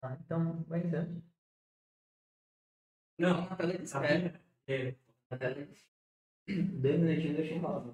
Então, vai ser. Não, na tela de espera. Na tela de 2 minutinhos deixa eu falar.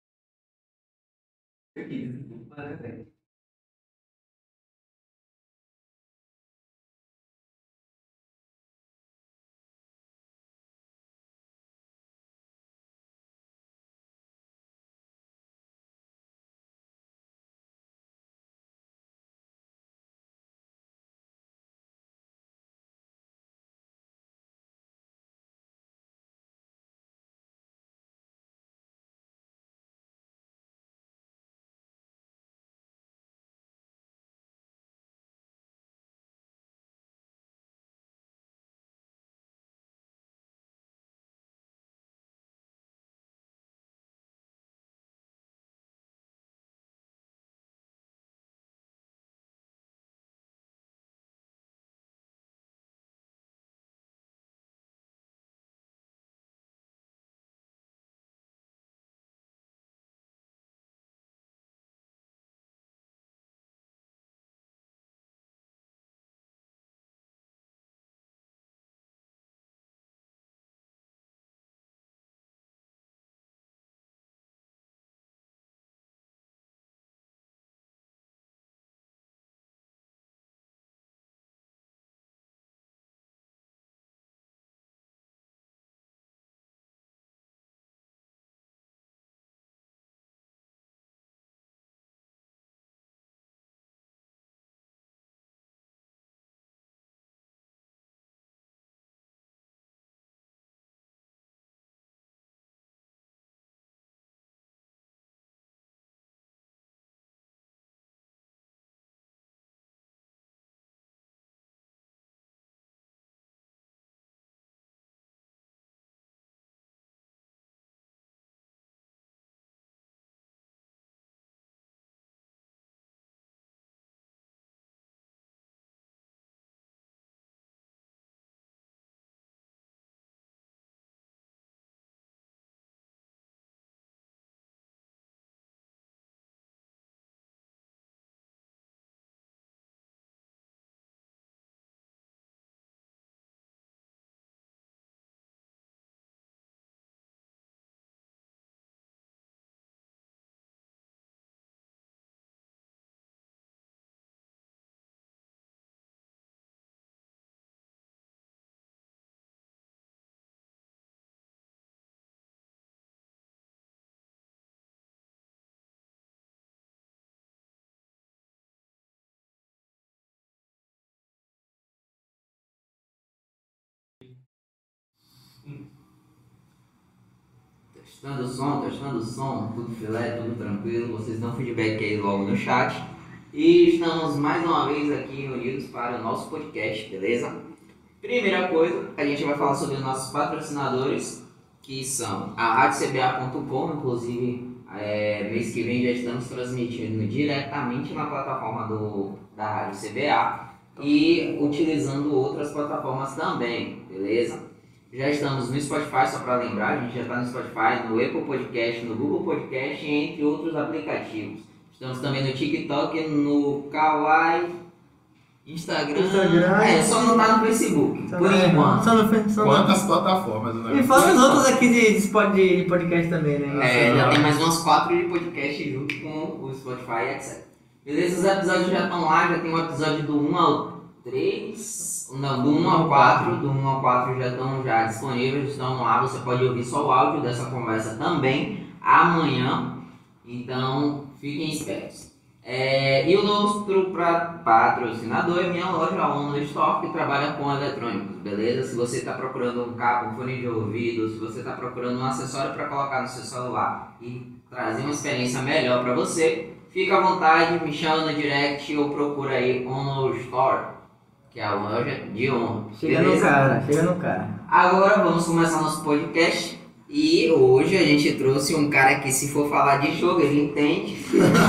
Testando o som, tudo filé, tudo tranquilo. Vocês dão feedback aí logo no chat. E estamos mais uma vez aqui reunidos para o nosso podcast, beleza? Primeira coisa, a gente vai falar sobre os nossos patrocinadores, que são a RádioCBA.com, inclusive mês que vem já estamos transmitindo diretamente na plataforma da Rádio CBA e utilizando outras plataformas também, beleza? Já estamos no Spotify, só para lembrar, a gente já está no Spotify, no Apple Podcast, no Google Podcast, entre outros aplicativos. Estamos também no TikTok, no Kawaii, Instagram. Só não tá no Facebook, por enquanto. Só no Facebook. Quantas plataformas? E fora os outros aqui de podcast também, né? Já tem mais umas 4 de podcast junto com o Spotify, etc. Beleza? Os episódios já estão lá, já tem um episódio do 1 ao 3, não, do 1 ao 4, do 1 ao 4 já estão disponíveis, estão lá, você pode ouvir só o áudio dessa conversa também amanhã, então fiquem espertos. E o nosso patrocinador é minha loja Ono Store, que trabalha com eletrônicos, beleza? Se você está procurando um cabo, um fone de ouvido, se você está procurando um acessório para colocar no seu celular e trazer uma experiência melhor para você, fica à vontade, me chama no direct ou procura aí Ono Store, que é a loja de Ono. Chega no cara. Agora vamos começar nosso podcast. E hoje a gente trouxe um cara que, se for falar de jogo, ele entende.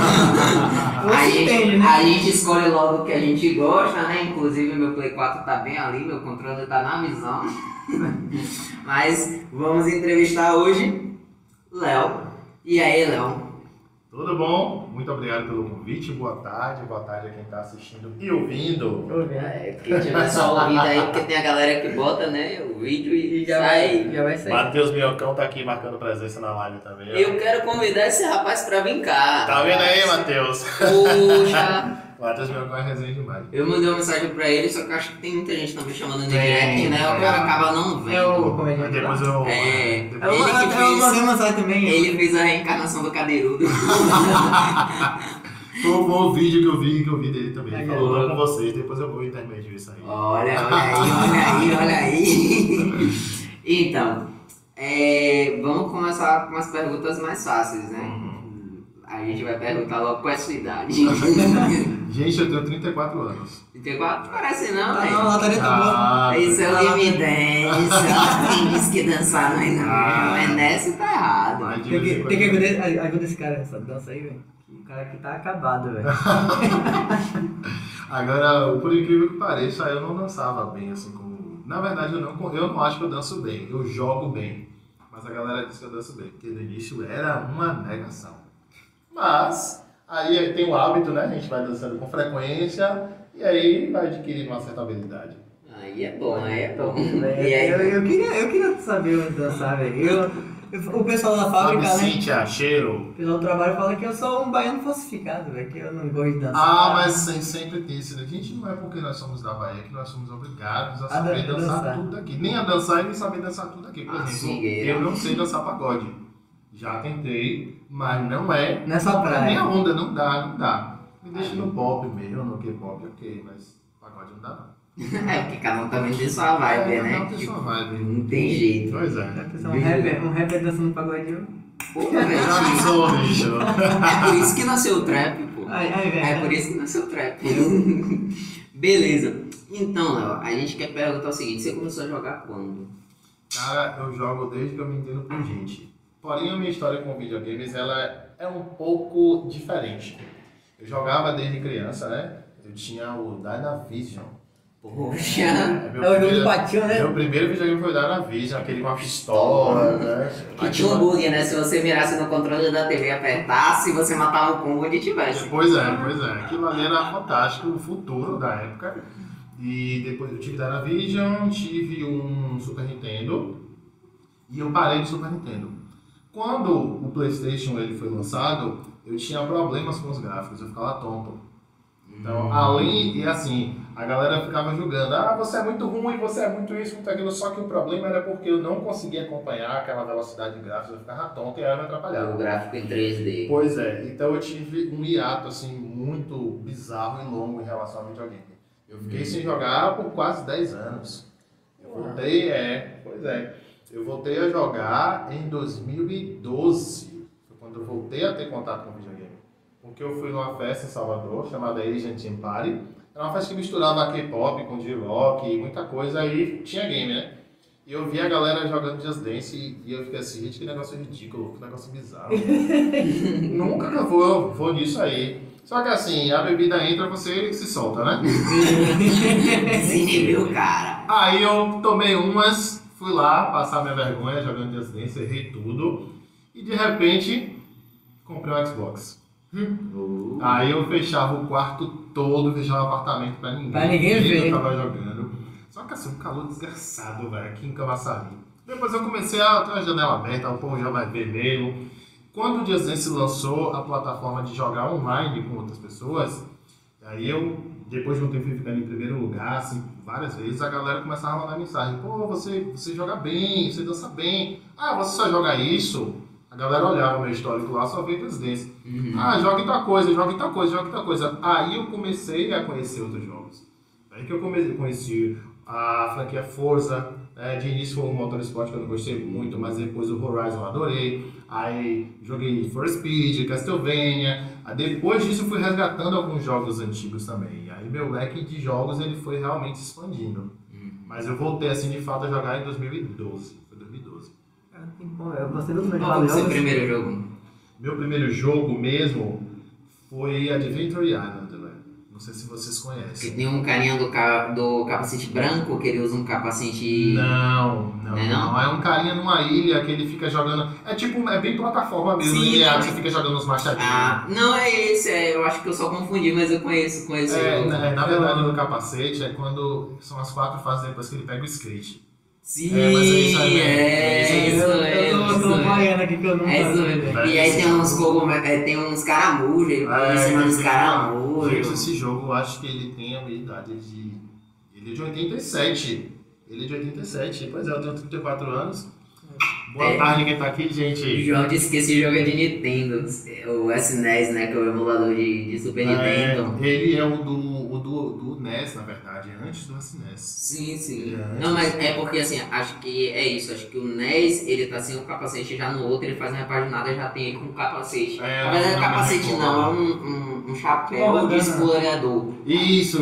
A gente escolhe logo o que a gente gosta, né? Inclusive meu Play 4 tá bem ali, meu controle tá na visão. Mas vamos entrevistar hoje Léo. E aí, Léo? Tudo bom? Muito obrigado pelo convite. Boa tarde a quem está assistindo e ouvindo. Quem tiver só ouvido aí, porque tem a galera que bota, né, o vídeo e já sai. já vai sair. Matheus Minhocão tá aqui marcando presença na live também. Ó. Eu quero convidar esse rapaz pra vir cá. Tá vendo aí, Matheus? Poxa, Matheus Minhocão é resenha demais. eu mandei uma mensagem pra ele, só que eu acho que tem muita gente também chamando no Tem, direct, né? O cara acaba não vendo. É o Aí comediante depois lá. eu... É. depois- Ele que fez. Eu mandei uma mensagem também. Ele fez a reencarnação do cadeirudo. Foi o vídeo que eu vi dele também. Ele É, falou, é. tô com vocês, depois eu vou intermédio isso aí. Olha aí. Então, vamos começar com as perguntas mais fáceis, né? Uhum. A gente vai perguntar logo qual é a sua idade. Gente, eu tenho 34 anos. 34? Parece não, Não, velho. a lataria tá boa. Isso é o evidência. Quem disse que dançar não é não. Ah. É nessa e tá errado. Mas de Tem vez em que quando- ajuda esse cara nessa dança aí, velho. O cara aqui tá acabado, velho. Agora, por incrível que pareça, eu não dançava bem, assim, como... Na verdade, eu não acho que eu danço bem, eu jogo bem. Mas a galera diz que eu danço bem, porque no início era uma negação. Mas, aí tem o hábito, né? A gente vai dançando com frequência e aí vai adquirindo uma certa habilidade. Aí é bom, aí é bom. Velho, E aí, eu queria saber onde dançar, velho. O pessoal da fábrica, Sabe, né? Cíntia, cheiro? O pessoal do trabalho fala que eu sou um baiano falsificado, velho. Que eu não gosto de dançar. Ah, mas sempre tem isso. A gente não é porque nós somos da Bahia que nós somos obrigados a saber dançar tudo aqui. Nem a dançar e nem saber dançar tudo aqui. Por exemplo, swingueira. eu não sei dançar pagode. Já tentei, mas não é. Não é só praia. Nem a onda, não dá. Me deixa no pop mesmo, no K-pop, ok, mas pagode não dá não. É porque cada um também tem sua vibe, né? Não tem sua vibe. Não tem jeito. Pois é. Um rapper dançando pagodinho. Pô, Já velho. sou, bicho. É por isso que nasceu o trap, pô. Ai, velho. É por isso que nasceu o trap. Beleza. Então, Léo, a gente quer perguntar o seguinte: você começou a jogar quando? Cara, eu jogo desde que eu me entendo por gente. Porém, a minha história com videogames, ela é um pouco diferente. Eu jogava desde criança, né? Eu tinha o Dynavision. Poxa. Meu É o jogo primeiro- do patinho, né? Meu primeiro videogame foi o Dynavision, aquele com a pistola, né? Que tinha um bug, né? Se você mirasse no controle da TV e apertasse, você matava o combo onde tivesse. Pois é. Aquilo ali era fantástico, o futuro da época. E depois eu tive Dynavision, tive um Super Nintendo e eu parei de Super Nintendo. Quando o PlayStation ele foi lançado, eu tinha problemas com os gráficos, eu ficava tonto. Então, além, e assim, a galera ficava julgando, você é muito ruim, você é muito isso, muito aquilo, só que o problema era porque eu não conseguia acompanhar aquela velocidade de gráficos, eu ficava tonto e aí eu me atrapalhava. O gráfico em 3D. Pois é, então eu tive um hiato assim muito bizarro e longo em relação ao videogame. Eu fiquei sem jogar por quase 10 anos. Eu voltei a jogar em 2012, foi quando eu voltei a ter contato com o videogame. Porque eu fui numa festa em Salvador, chamada Asian Team Party. Era uma festa que misturava K-pop com J-rock e muita coisa, aí tinha game, né? E eu vi a galera jogando Just Dance e eu fiquei assim, gente, que negócio ridículo, que negócio bizarro. Nunca que eu vou nisso aí. Só que assim, a bebida entra, você se solta, né? Se inibiu, cara. Aí eu tomei umas, fui lá passar minha vergonha jogando Just Dance, errei tudo. E de repente, comprei um Xbox. Aí eu fechava o quarto todo, fechava o apartamento pra ninguém ver. Eu tava jogando. Só que assim, um calor desgraçado, velho, aqui em Camaçari. Depois eu comecei a ter a janela aberta, o povo já vai ver mesmo. Quando o Just Dance lançou a plataforma de jogar online com outras pessoas, aí eu, depois de um tempo ficando em primeiro lugar, assim, várias vezes, a galera começava a mandar mensagem. Pô, você joga bem, você dança bem. Ah, você só joga isso? A galera olhava o meu histórico lá, só via Just Dance. Ah, joga em tal coisa, joga em tal coisa, joga em tal coisa. Aí eu comecei a conhecer outros jogos. Aí que eu conheci a franquia Forza, de início foi um Motorsport que eu não gostei muito, mas depois o Horizon eu adorei. Aí joguei For Speed, Castlevania. Aí depois disso eu fui resgatando alguns jogos antigos também. Aí meu leque de jogos ele foi realmente se expandindo. Mas eu voltei assim de fato a jogar em 2012. Foi 2012. Eu gostei do Qual foi o seu primeiro jogo? Meu primeiro jogo mesmo foi Adventure Island, velho. No sei se vocês Que conhecem. tem um carinha do capacete branco, que ele usa um capacete... Não. É um carinha numa ilha que ele fica jogando. É bem plataforma mesmo. Sim, Linear, não. você fica jogando os machadinhos. Ah, não é esse, eu acho que eu só confundi, mas eu conheço. Na verdade, no capacete é quando são as 4 fases depois que ele pega o skate. Sim, mas é isso aí mesmo. Eu tô acompanhando aqui que eu não É isso faço mesmo. ideia. E aí tem uns caramujos, ele põe em cima dos Gente, caramujos. esse jogo eu acho que ele tem a minha idade de. Ele é de 87. Pois é, eu tenho 34 anos. Boa tarde quem tá aqui, O gente. João disse que esse jogo é de Nintendo, o SNES, né, que é o emulador de Super Nintendo. Ele é o do NES, na verdade, antes do SNES. Sim. É, Não, mas é porque assim, acho que é isso. Acho que o NES, ele tá sem o capacete, já no outro ele faz uma repaginada, já tem ele com o capacete. É, Na verdade, não, capacete não, não, é um chapéu Uma de bandana. explorador. Isso.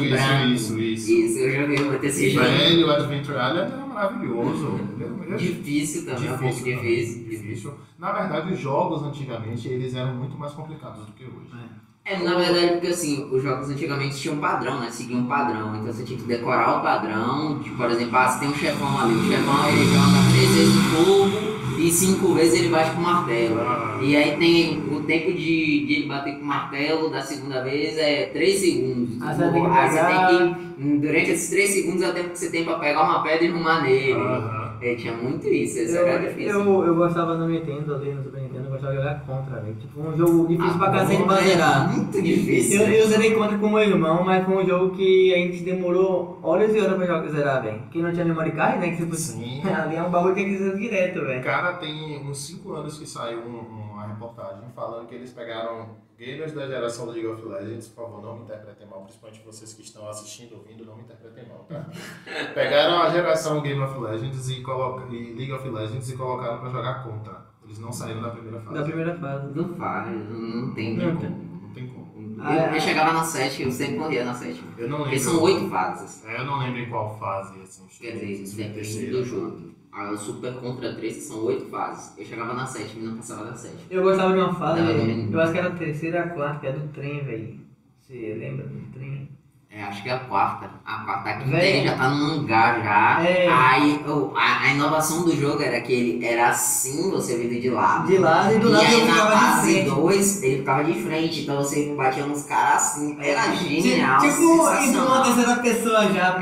Isso, eu joguei muito esse jogo. Velho, o Adventure Island era maravilhoso. Difícil também, é um pouco difícil. Na verdade, os jogos antigamente eles eram muito mais complicados do que hoje. Na verdade, porque assim, os jogos antigamente tinham um padrão, né? Seguiam um padrão. Então você tinha que decorar o padrão. Tipo, por exemplo, você tem um chefão ali. O chefão ele joga 3 vezes no fogo e 5 vezes ele bate com o martelo. E aí tem o tempo de ele bater com o martelo da segunda vez é 3 segundos. Aí você tem que Aí você pegar- tem que, durante esses 3 segundos é o tempo que você tem pra pegar uma pedra e arrumar nele. Tinha muito isso, esse era difícil. Eu gostava no Nintendo, ali no Super Nintendo, eu gostava de jogar Contra, velho. Tipo, um jogo difícil pra cacete pra zerar. Muito difícil. Eu zerei Contra com meu irmão, mas foi um jogo que a gente demorou horas e horas pra zerar, velho. Porque não tinha memory card, né? Que você Sim. ali é um bagulho que tem que ser direto, O velho. cara tem uns 5 anos que saiu uma reportagem falando que eles pegaram gamers da geração do League of Legends. Por favor, não me interpretem mal, principalmente vocês que estão assistindo, ouvindo, não me interpretem mal, tá? Pegaram a geração Game of Legends e League of Legends e colocaram pra jogar contra. Eles não saíram da primeira fase. Da primeira fase. Não faz, não tem Não como. Não tem como. Eu chegava na 7, eu sempre morria na 7. Eu não Porque lembro. são 8 fases. Eu não lembro em qual fase, assim. Quer dizer, se foi a depende terceira. do jogo. O Super Contra 3, que são 8 fases. Eu chegava na 7, mas não passava da 7. Eu gostava de uma fase, Não, eu acho que era a terceira ou a quarta, que é do trem, velho. Você lembra do trem? Acho que é a quarta. A quarta, a quinta Véi. ele já tá num lugar já. É. Aí a inovação do jogo era que ele era assim, você vindo de lado. De lado e do E lado aí eu na ficava de fase frente. 2, ele ficava de frente, então você batia nos caras assim. Era genial. Tipo, indo numa sensacional. terceira pessoa já.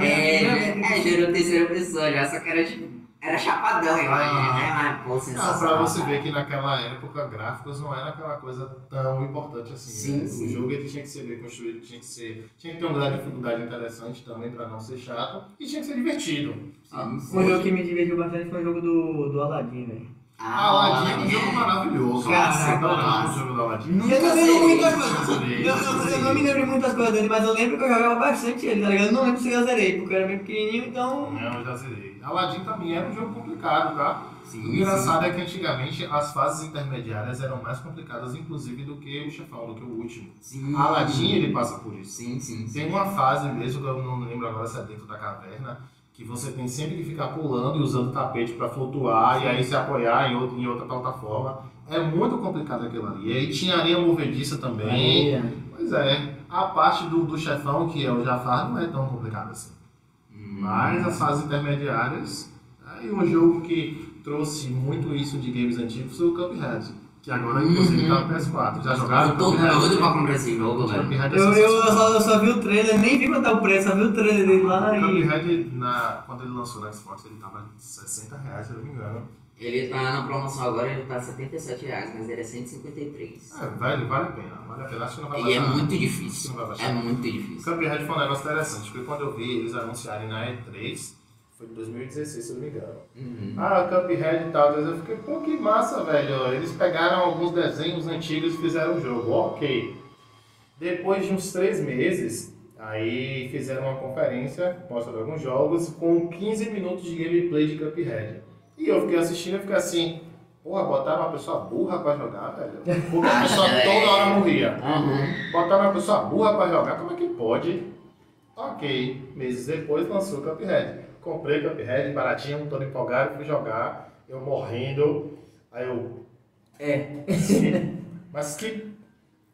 Já era terceira pessoa já, só que era tipo, era chapadão, eu acho, né? Mas, pô, Não, sensacional. pra você ver que naquela época gráficos não era aquela coisa tão importante assim. Sim, Né? sim. O jogo ele tinha que ser bem construído, tinha que ter um grau de dificuldade interessante também pra não ser chato e tinha que ser divertido. Um jogo que me divertiu bastante foi o jogo do Aladdin, velho. Aladdin é um jogo maravilhoso. Caraca, Eu adorava nossa. o jogo do Aladdin. Eu não lembro muitas coisas. zerei. Eu não me lembro de muitas coisas dele, mas eu lembro que eu jogava bastante ele, tá ligado? Eu não lembro se eu zerei, porque eu era bem pequenininho, então. Não, eu já zerei. Aladdin também era um jogo complicado, tá? Sim, O engraçado é que antigamente as fases intermediárias eram mais complicadas, inclusive, do que o chefão, do que o último. Sim. Aladdin, ele passa por isso. Sim. Tem uma fase mesmo, que eu não lembro agora se é dentro da caverna, que você tem sempre que ficar pulando e usando tapete para flutuar e aí se apoiar em outra plataforma. É muito complicado aquilo ali. E aí tinha areia movediça também. Aí, Pois é. A parte do chefão, que é o Jafar, não é tão complicado assim. Mas as fases intermediárias, aí um jogo que trouxe muito isso de games antigos foi o Cuphead. Que agora, inclusive, tá no PS4. Já jogaram Eu tô doido pra comprar esse jogo, velho. Cuphead é eu sensacional. só vi o trailer, nem vi quanto é o preço, só vi o trailer dele lá e. Cuphead, quando ele lançou no Xbox, ele tava R$60, se eu não me engano. Ele tá na promoção agora, ele tá R$77, mas ele é 153. Vale a pena. Vale a pena. Acho que não vai E é baixar. muito Acho difícil. que não vai baixar. É muito difícil. Cuphead foi um negócio interessante, porque quando eu vi eles anunciarem na E3, foi em 2016, se eu não me engano. Cuphead e tal, eu fiquei, pô, que massa, velho. Eles pegaram alguns desenhos antigos e fizeram o jogo, ok. Depois de uns 3 meses, aí fizeram uma conferência, mostrando alguns jogos, com 15 minutos de gameplay de Cuphead. E eu fiquei assistindo e fiquei assim, porra, botaram uma pessoa burra pra jogar, velho. Porque a pessoa toda hora morria. Botaram uma pessoa burra pra jogar, como é que pode? Ok, meses depois lançou o Cuphead. Comprei o Cuphead, baratinho, todo empolgado, fui jogar, eu morrendo. Aí eu. Mas que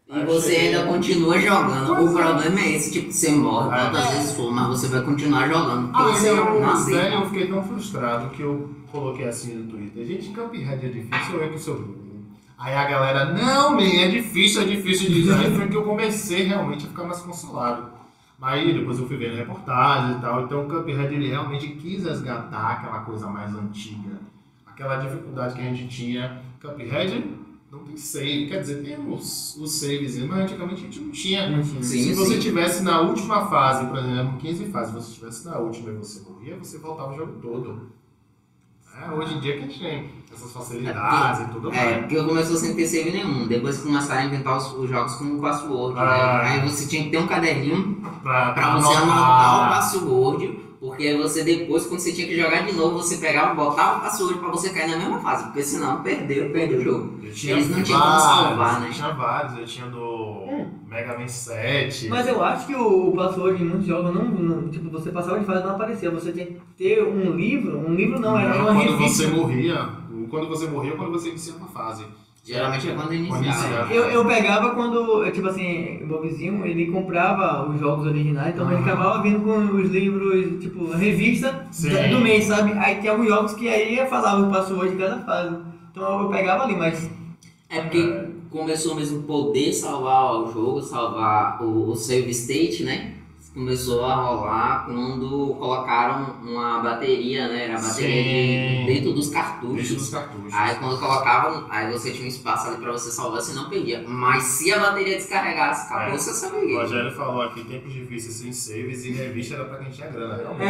E você ainda continua jogando. O problema é esse, tipo, você morre quantas vezes for, mas você vai continuar jogando. Porque você não aceita. Velho, eu fiquei tão frustrado que eu coloquei assim no Twitter. Gente, Cuphead é difícil, eu que sou burro. Aí a galera, não, man, é difícil de dizer. Aí foi que eu comecei realmente a ficar mais consolado. Mas aí depois eu fui vendo reportagens e tal. Então o Cuphead ele realmente quis resgatar aquela coisa mais antiga. Aquela dificuldade que a gente tinha. Cuphead não tem save, quer dizer, tem os saves, mas antigamente a gente não tinha. Se você estivesse na última fase, por exemplo, 15 fases, se você estivesse na última e você morria, você voltava o jogo todo. Hoje em dia que a gente tem essas facilidades e tudo mais. Porque começou sem ter save nenhum. Depois que começaram a inventar os jogos com password, né? Aí você tinha que ter um caderninho pra você anotar o password. Porque você depois, quando você tinha que jogar de novo, você pegava e botava o password pra você cair na mesma fase. Porque senão perdeu o jogo. Eles não tinham como salvar, né? Tinha vários, eu tinha do Mega Man 7. Mas eu acho que o password em muitos jogos não tipo, você passava de fase e não aparecia. Você tinha que ter um livro não, era uma quando revista. você morria, quando você iniciava a fase. Geralmente é quando iniciava. Eu pegava quando, tipo assim, o meu vizinho, ele comprava os jogos originais, então ele acabava vindo com os livros, tipo, a revista do mês, sabe? Aí tinha alguns jogos que aí falava o password de cada fase. Então eu pegava ali, mas... É porque começou mesmo poder salvar o jogo, salvar o save state, né? Começou a rolar quando colocaram uma bateria, né? Era a bateria dentro dos cartuchos. Aí quando colocavam, aí você tinha um espaço ali pra você salvar, você não perdia. Mas se a bateria descarregasse, acabou, você só perdia. O Rogério falou aqui, tempos difíceis sem saves e revista era pra quem tinha grana, realmente.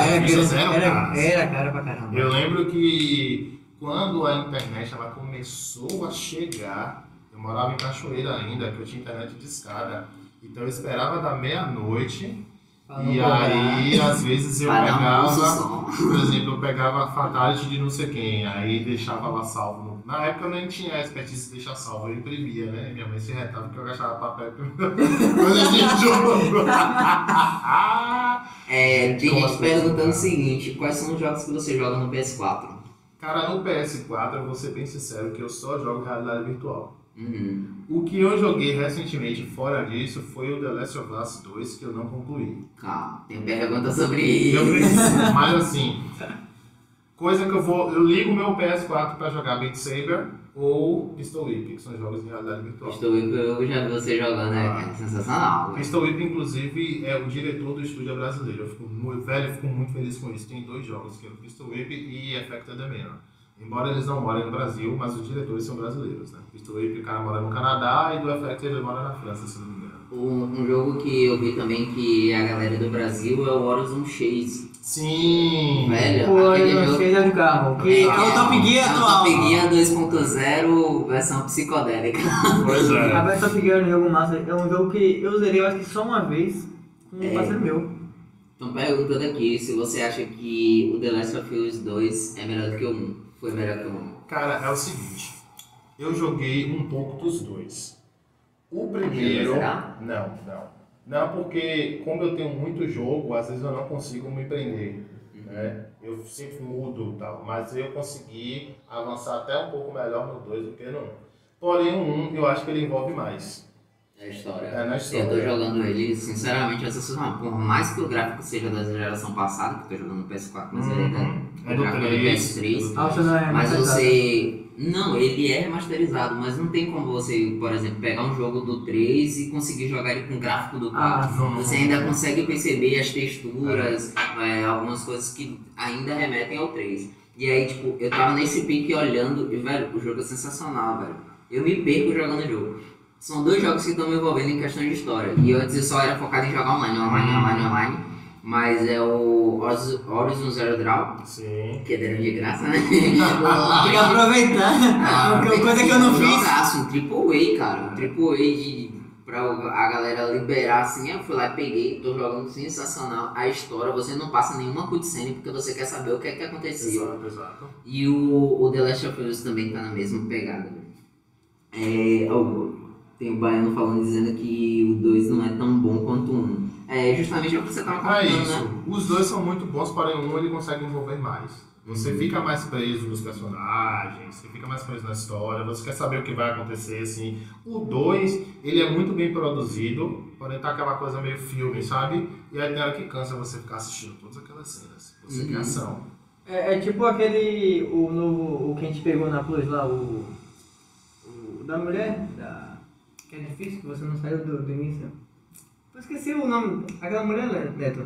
Era cara pra caramba. Eu lembro que quando a internet ela começou a chegar, eu morava em Cachoeira ainda, que eu tinha internet de escada. Então eu esperava da meia-noite e aí às vezes eu pegava, por exemplo, eu pegava a Fatality de não sei quem, aí deixava lá salvo. Na época eu nem tinha a expertise de deixar salvo, eu imprimia, né? Minha mãe se retava porque eu gastava papel quando a gente jogou. Tem gente perguntando o seguinte, quais são os jogos que você joga no PS4? Cara, no PS4 eu vou ser bem sincero que eu só jogo realidade virtual. O que eu joguei recentemente fora disso foi o The Last of Us 2, que eu não concluí. Calma, tem pergunta sobre isso. Eu preciso, mas assim, coisa que eu ligo o meu PS4 pra jogar Beat Saber ou Pistol Whip, que são jogos de realidade virtual. Pistol Whip eu já vi você jogando, né? É sensacional. Pistol Whip, inclusive, é o diretor do estúdio brasileiro. Eu fico muito feliz com isso. Tem 2 jogos, que é o Pistol Whip e Effected the Manor. Embora eles não morem no Brasil, mas os diretores são brasileiros, né? Pistol Whip, o cara mora no Canadá e do Effect ele mora na França, se não me engano. Um jogo que eu vi também que a galera do Brasil é o Horizon Chase. Sim! Velho, O Horizon Chase é do carro, que é o Top Gear atual. Top Gear 2.0 versão psicodélica. Pois é. A versão Top Gear é um jogo massa, é um jogo que eu zerei, eu acho que só uma vez, com um parceiro meu. Então perguntando aqui se você acha que o The Last of Us 2 é melhor do que o 1. Foi melhor que o 1. Cara, é o seguinte, eu joguei um pouco dos 2. O primeiro... Não, porque como eu tenho muito jogo, às vezes eu não consigo me prender. Né? Eu sempre mudo e tal, mas eu consegui avançar até um pouco melhor no 2 do que no 1. Porém, o 1 eu acho que ele envolve mais. É a história. É na história. Eu tô jogando ele, sinceramente, por mais que o gráfico seja da geração passada, que eu tô jogando no PS4, mas ele é do PS3. Mas você... Não, ele é remasterizado, mas não tem como você, por exemplo, pegar um jogo do 3 e conseguir jogar ele com o gráfico do 4. Você ainda consegue perceber as texturas, algumas coisas que ainda remetem ao 3. E aí, tipo, eu tava nesse pique olhando e, velho, o jogo é sensacional, velho. Eu me perco jogando o jogo. São 2 jogos que estão me envolvendo em questão de história. E antes eu só era focado em jogar online. Mas é o Horizon Zero Dawn, que deram de graça, né? Tem que aproveitar. Coisa que eu não fiz. Um triple A, cara. Um triple A pra a galera liberar assim. Eu fui lá e peguei, tô jogando sensacional. A história, você não passa nenhuma cutscene porque você quer saber o que é que aconteceu. Exato. E o The Last of Us também tá na mesma pegada. Tem o Baiano falando, dizendo que o 2 não é tão bom quanto o 1. É justamente o que você estava comentando, isso. né? Os 2 são muito bons, porém o 1 ele consegue envolver mais. Você fica mais preso nos personagens, você fica mais preso na história, você quer saber o que vai acontecer, assim. O 2, ele é muito bem produzido, porém tá aquela coisa meio filme, sabe? E aí tem hora que cansa você ficar assistindo todas aquelas cenas. Você quer ação. É tipo aquele, o novo, o que a gente pegou na Plus lá, o da mulher, que é difícil, que você não saiu do início. Eu esqueci o nome, aquela mulher, Neto.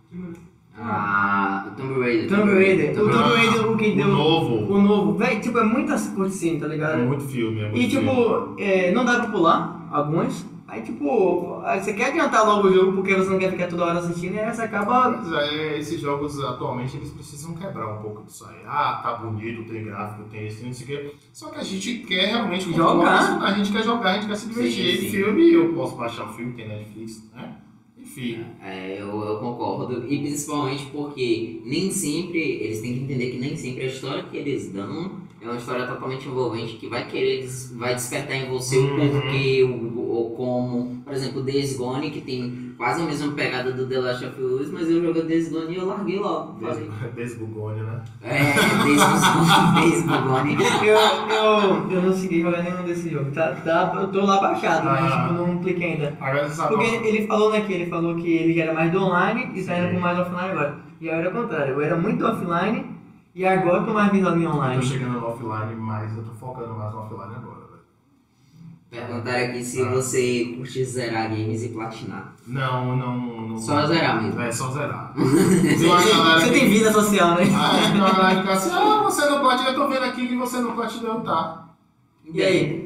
O Tomb Raider. Tomb Raider. O Tomb Raider, o que deu... O novo. Véi, tipo, é muitas cutscenes, tá ligado? É muito filme, é muito E tipo, não dá pra pular algumas. Aí tipo, você quer adiantar logo o jogo porque você não quer ficar toda hora assistindo e aí você acaba... Mas esses jogos atualmente eles precisam quebrar um pouco disso aí. Ah, tá bonito, tem gráfico, tem isso, não sei o quê. Só que a gente quer realmente jogar. A gente quer jogar, a gente quer se divertir. Sim. Filme, eu posso baixar o filme, tem Netflix, né? Enfim. Eu concordo. E principalmente porque nem sempre, eles têm que entender que nem sempre a história que eles dão é uma história totalmente envolvente que vai despertar em você o porquê, ou como, por exemplo, Days Gone, que tem quase a mesma pegada do The Last of Us, mas eu joguei Days Gone e eu larguei logo. Desbugone, né? Days Gone. Eu não consegui jogar nenhum desse jogo. Eu tô lá baixado, mas tipo, não cliquei ainda. Agora você sabe. Porque ele falou, né, que ele falou que ele já era mais do online e tá indo com mais offline agora. E eu era o contrário, eu era muito offline e agora eu tô mais visando em Eu online. tô chegando no offline, mas eu tô focando mais no offline agora, velho. Perguntaram aqui se você curte zerar games e platinar. Não. Só zerar mesmo. É, só zerar. Tem uma galera Você que- tem vida social, né? Tem uma galera que fica assim, você não platina, eu tô vendo aqui que você não platinou, tá? E aí?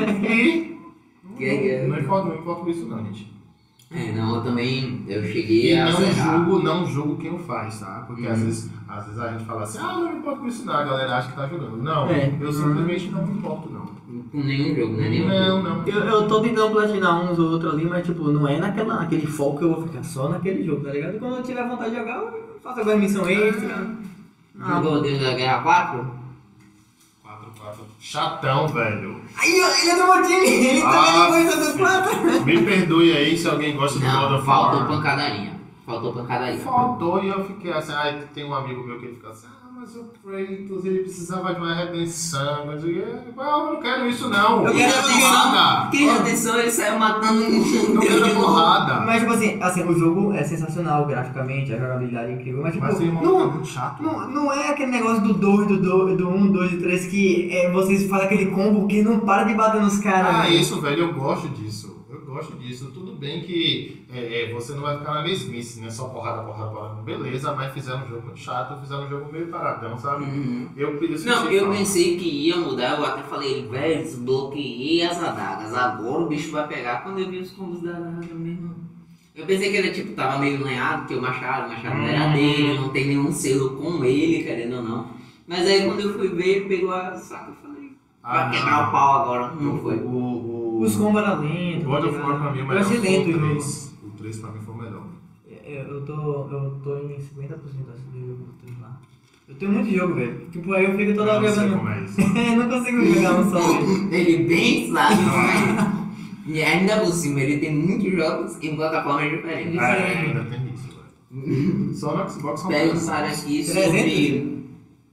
E não importa com isso não, gente. Não, eu também, eu cheguei E a zerar. não julgo quem o faz, tá? Porque às vezes a gente fala assim, não me importo com isso não, a galera acha que tá jogando. Não, eu simplesmente não me importo não. Com nenhum jogo, né? Nenhum jogo. Não. Eu tô tentando platinar uns ou outros ali, mas tipo, não é naquele foco que eu vou ficar só naquele jogo, tá ligado? Quando eu tiver vontade de jogar, eu faço alguma missão extra. Jogou Deus da Guerra 4? 4. Chatão, velho. Aí, ó, ele é do meu time, ele também gosta do plata. Me perdoe aí se alguém gosta do God Não, of faltou War. pancadaria. Faltou e eu fiquei assim, tem um amigo meu que ele fica assim, mas o Kratos, ele precisava de uma redenção. Eu digo, eu não quero isso não. Eu quero porrada. Que redenção, ele saiu matando Eu quero porrada. Mas tipo assim, o jogo é sensacional graficamente, a jogabilidade é incrível, mas tipo, Mas tem um muito chato. não é aquele negócio do 1, 2 e 3 que vocês fazem aquele combo que não para de bater nos caras. né? Isso, velho, eu gosto disso. Tudo bem que você não vai ficar na mesmice, né? Só porrada. Beleza, mas fizeram um jogo muito chato, fizeram um jogo meio paradão, sabe? Eu pensei que ia mudar, eu até falei, velho, desbloqueei as adagas, agora o bicho vai pegar. Quando eu vi os combos da adaga mesmo. Eu pensei que ele tipo, tava meio lenhado, porque o machado não era dele, não tem nenhum selo com ele, querendo ou não. Mas aí quando eu fui ver, pegou a saca e falei, vai quebrar o pau agora. Não foi. Os combos eram lentos. God of War pra mim é o melhor. Eu achei lento o jogo. 3. O 3 pra mim foi o melhor. Eu tô em 50% assim do jogo do 3 lá. Eu tenho muito jogo, velho. Tipo, aí eu fico toda hora Eu não sei jogando. como é isso. Não consigo jogar um só mesmo. Ele bem sabe, e ainda por cima, ele tem muitos jogos em plataformas diferentes. Ainda tem isso, velho. Só no Xbox são Perguntaram aqui 300? sobre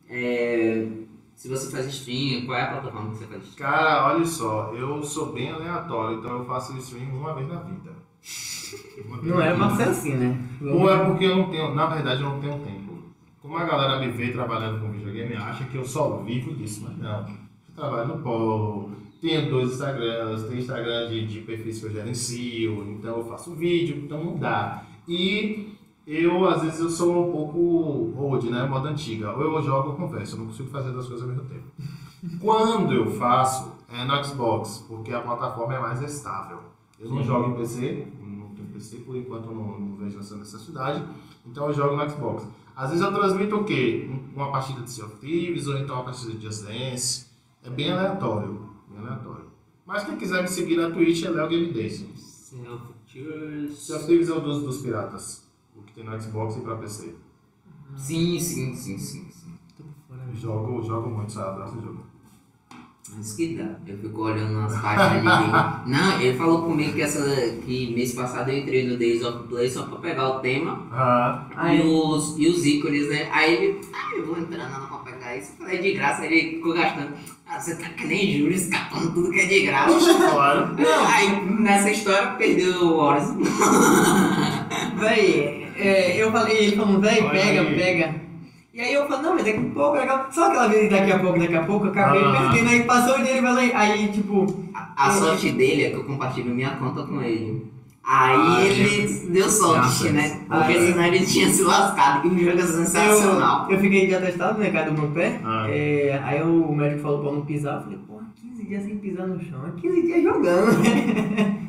se você faz stream, qual é a plataforma que você faz stream? Cara, olha só, eu sou bem aleatório, então eu faço stream uma vez na vida. Não era pra ser assim, né? Ou é porque eu não tenho, na verdade eu não tenho tempo. Como a galera me vê trabalhando com videogame, acha que eu só vivo disso, mas não. Eu trabalho no Polo, tenho 2 Instagrams, tenho Instagram de perfis que eu gerencio, então eu faço vídeo, então não dá. E às vezes eu sou um pouco old, né, moda antiga. Ou eu jogo ou eu converso, eu não consigo fazer 2 coisas ao mesmo tempo. Quando eu faço, é no Xbox, porque a plataforma é mais estável. Eu não jogo em PC, não tenho PC, por enquanto não vejo essa necessidade, então eu jogo no Xbox. Às vezes eu transmito o quê? Uma partida de Sea of Thieves ou então uma partida de Just Dance. É bem aleatório, Mas quem quiser me seguir na Twitch é Léo Game Days. Sea of Thieves é o dos piratas, o que tem no Xbox e pra PC. Sim. Jogo muito, sabe? Esse jogo. Isso que dá. Eu fico olhando umas páginas de... Não, ele falou comigo que mês passado eu entrei no Days of Play só pra pegar o tema e os ícones, né? Aí ele, eu vou entrando pra pegar isso. Eu falei, de graça, ele ficou gastando. Você tá que nem Júlio, escapando tudo que é de graça. Claro. Aí nessa história perdeu horas. Véi, eu falei, ele falou, véi, pega. E aí eu falei, não, mas daqui a pouco, só aquela vez daqui a pouco, eu acabei perdendo, aí passou o dia ele falou, aí tipo... A sorte dele é que eu compartilho minha conta com ele. Aí ele deu sorte, né? Porque senão ele tinha se lascado, que o jogo é sensacional. Eu fiquei de atestado, né, cara, do meu pé, aí o médico falou pra eu não pisar, eu falei, porra, 15 dias sem pisar no chão, 15 dias jogando, né?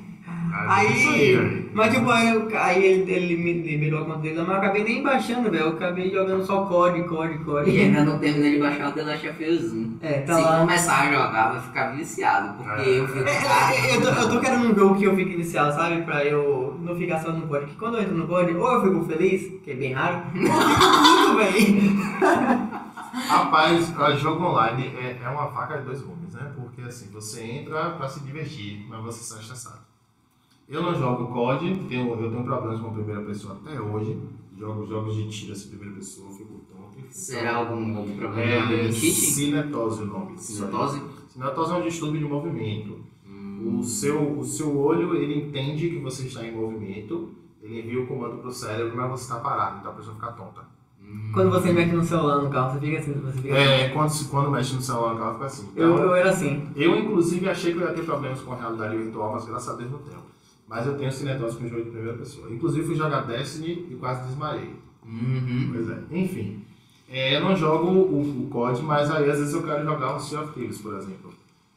Aí, mas tipo, aí ele me liberou a conta dele, mas eu acabei nem baixando, velho. Eu acabei jogando só COD. E ainda não terminei de baixar o The Last of Us 1. Tá Se lá. começar a jogar, vai ficar viciado, porque eu fico... Eu tô querendo um jogo que eu fique iniciado, sabe? Pra eu não ficar só no COD. Porque quando eu entro no COD, ou eu fico feliz, que é bem raro, ou eu fico muito, velho. Rapaz, jogo online é uma faca de dois gumes, né? Porque assim, você entra pra se divertir, mas você sai estressado. Eu não jogo COD, eu tenho problemas com a primeira pessoa até hoje. Jogo jogos de tiro assim, primeira pessoa, eu fico tonto. Será algum problema de cheating? Cinetose o nome. Cinetose? Cinetose é um distúrbio de movimento. O seu olho, ele entende que você está em movimento, ele envia o comando pro cérebro, mas você está parado, então a pessoa fica tonta. Quando você mexe no celular no carro, você fica assim, quando mexe no celular no carro, fica assim. Então, eu era assim. Eu, inclusive, achei que eu ia ter problemas com a realidade virtual, mas graças a Deus não tenho. Mas eu tenho cinetose com jogo de primeira pessoa. Inclusive fui jogar Destiny e quase desmaiei. Pois é. Enfim. Eu não jogo o COD, mas aí às vezes eu quero jogar um Sea of Thieves, por exemplo.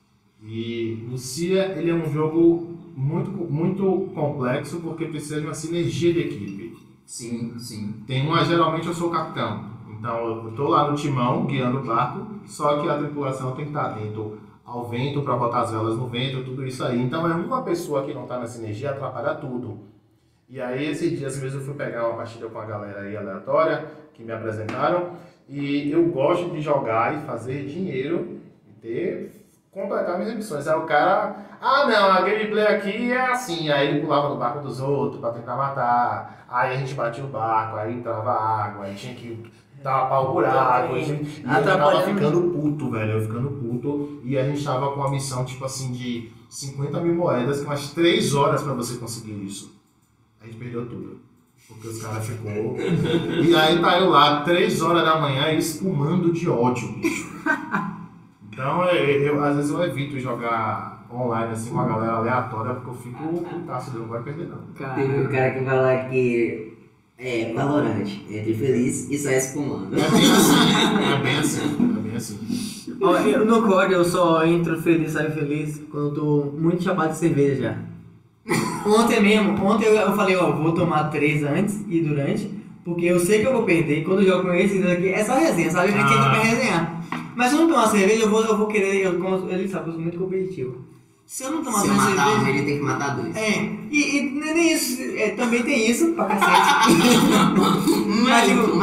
E o Sea, ele é um jogo muito, muito complexo porque precisa de uma sinergia de equipe. Sim. Geralmente eu sou o capitão. Então eu estou lá no timão, guiando o barco, só que a tripulação tem que estar dentro ao vento, para botar as velas no vento, tudo isso aí. Então é uma pessoa que não está na sinergia, atrapalha tudo. E aí esses dias mesmo eu fui pegar uma partida com a galera aí aleatória, que me apresentaram, e eu gosto de jogar e fazer dinheiro, e completar minhas missões. Aí o cara, não, a gameplay aqui é assim, aí ele pulava no barco dos outros para tentar matar, aí a gente batia o barco, aí entrava água, aí tinha que tapar o buraco, e eu tava ficando puto, velho, e a gente tava com uma missão, tipo assim, de 50 mil moedas, com umas 3 horas pra você conseguir isso. A gente perdeu tudo, porque os caras ficou... E aí tá eu lá, 3 horas da manhã, espumando de ódio, bicho. Então, às vezes eu evito jogar online, assim, com a galera aleatória, porque eu fico putaço, eu não vai perder não. Teve um cara que vai lá que... Valorant, entre feliz e sai espumando. É bem assim. Eu no COD eu só entro feliz, saio feliz quando eu tô muito chapado de cerveja já. Ontem eu falei, vou tomar 3 antes e durante, porque eu sei que eu vou perder, e quando eu jogo com esses aqui é só resenha, sabe? Quem não quer resenhar. Mas se eu não tomar cerveja, eu vou querer, ele sabe, eu sou muito competitivo. Se eu não tomar cerveja... Se matar um, ele tem que matar 2. E nem isso, também tem isso, pra cacete. Mas tipo...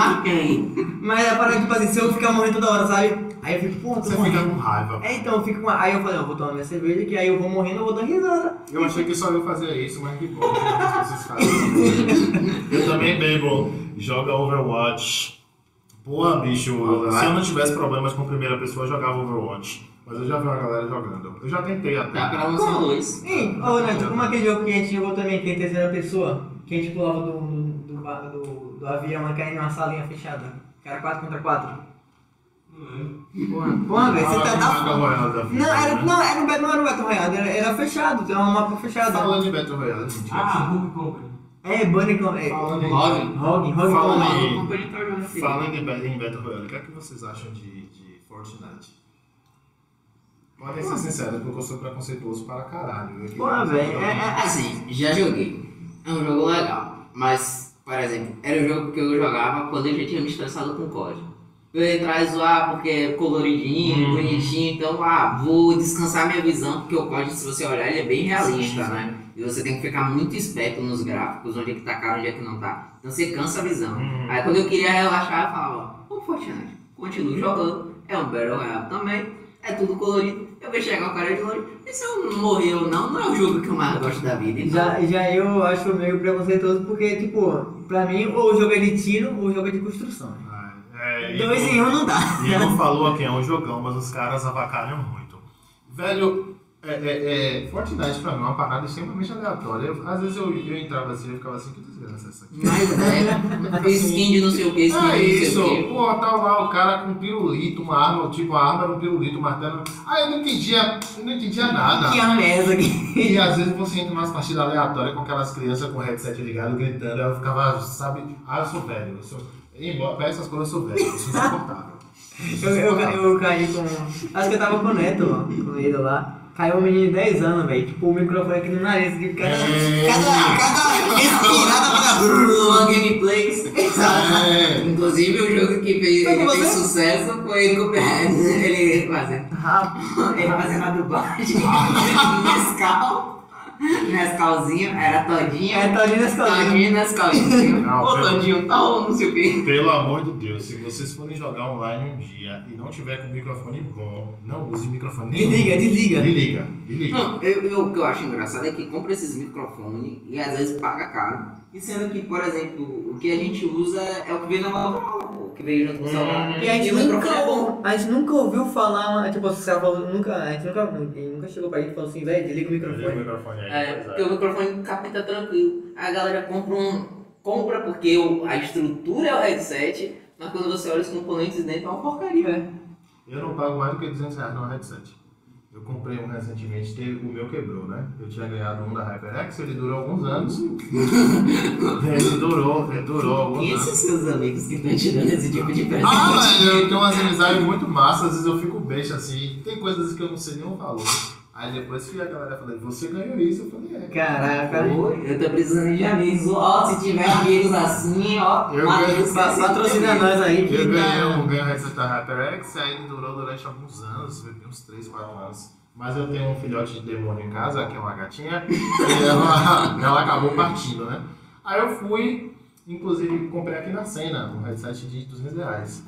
Mas a parada, tipo assim, se eu ficar morrendo toda hora, sabe? Aí eu fico, tô Você morrendo. fica com raiva. Então eu fico com... Aí eu falei, vou tomar minha cerveja, que aí eu vou morrendo, eu vou dando risada. Eu achei que só eu fazia isso, mas que bom, vocês fazem. Eu também bebo, joga Overwatch. Porra, bicho, se eu não tivesse problemas com primeira pessoa, eu jogava Overwatch. Mas eu já vi uma galera jogando. Eu já tentei até. Dá pra lançar 2. Como aquele jogo que a gente jogou também, que é em terceira pessoa, que a gente pulava do avião e caía numa salinha fechada. Que era 4 contra 4. Porra, velho, você tá... Não era um Battle Royale, era fechado, era um mapa fechado. Falando de Battle Royale, Rogue Company. Bunny Rogue. Falando em Battle Royale, o que é que vocês acham de Fortnite? Podem ser sinceros, porque eu sou preconceituoso para caralho. Porra, velho, assim, já joguei. É um jogo legal, mas, por exemplo, era o jogo que eu jogava quando eu já tinha me estressado com COD. Eu ia entrar e zoar porque é coloridinho, bonitinho, então, vou descansar minha visão, porque o COD, se você olhar, ele é bem realista, né? E você tem que ficar muito esperto nos gráficos, onde é que tá caro, onde é que não tá. Então você cansa a visão. Aí quando eu queria relaxar, eu falava, Fortnite, continuo jogando, é um Battle Royale também. é tudo colorido. Eu vou chegar o cara de longe. E se eu não morrer ou não, não é o jogo que eu mais gosto da vida. Então... Já eu acho meio preconceituoso porque, tipo, pra mim, ou o jogo é de tiro ou o jogo é de construção. Dois em um não dá. E não falou aqui, é um jogão, mas os caras avacalham muito. Velho, Fortnite pra mim é uma parada extremamente aleatória. Às vezes eu entrava assim e ficava assim, que desgraça é essa aqui? Mas skin de não sei o que, skin de não sei isso, o que. pô, tá lá o cara com um pirulito, uma arma, tipo, a arma era um pirulito, um martelo. Eu não entendia nada. Que arma é essa aqui? E às vezes você entra umas partidas aleatórias com aquelas crianças com o headset ligado, gritando, eu ficava, sabe, eu sou velho, embora pra essas coisas eu sou velho, eu sou insuportável. Eu caí com. Acho que eu tava com o Neto, com ele lá. Caiu um menino de 10 anos, velho. Tipo, o microfone aqui no nariz. Cada respirada Uma gameplay. Inclusive o jogo que fez sucesso foi ele fazendo a dublagem. Nescauzinho, era Todinho. Todinho Nescauzinho. Ô Todinho, tal, não sei o que. Pelo amor de Deus, se vocês forem jogar online um dia e não tiver com microfone bom, não use microfone nenhum. Desliga. Não, o que eu acho engraçado é que compra esses microfones e às vezes paga caro. E sendo que, por exemplo, o que a gente usa é o que veio na mão, o que veio junto com o celular. E a gente nunca ouviu falar, tipo, se ela falou, a gente nunca chegou pra ele e falou assim, velho, desliga o microfone. Porque o microfone capta tranquilo. A galera compra porque a estrutura é o headset, mas quando você olha os componentes dentro é uma porcaria. Eu não pago mais do que R$200 no headset. Eu comprei um recentemente, o meu quebrou, né? Eu tinha ganhado um da HyperX, ele durou alguns anos. Ele durou alguns anos. E esses seus amigos que estão te dando esse tipo de presente? Velho, eu tenho umas amizades muito massas, às vezes eu fico besta assim. Tem coisas que eu não sei nem o valor. Aí depois que a galera falou, você ganhou isso, eu falei, Caraca. Eu tô precisando de amigos. Ó, se tiver amigos assim, ó, patrocina nós aí. Eu ganhei um headset da HyperX, aí ele durou durante alguns anos, uns 3, 4 anos. Mas eu tenho um filhote de demônio em casa, que é uma gatinha, e ela acabou partindo, né? Aí eu fui, inclusive, comprei aqui na Sena, um headset de R$200.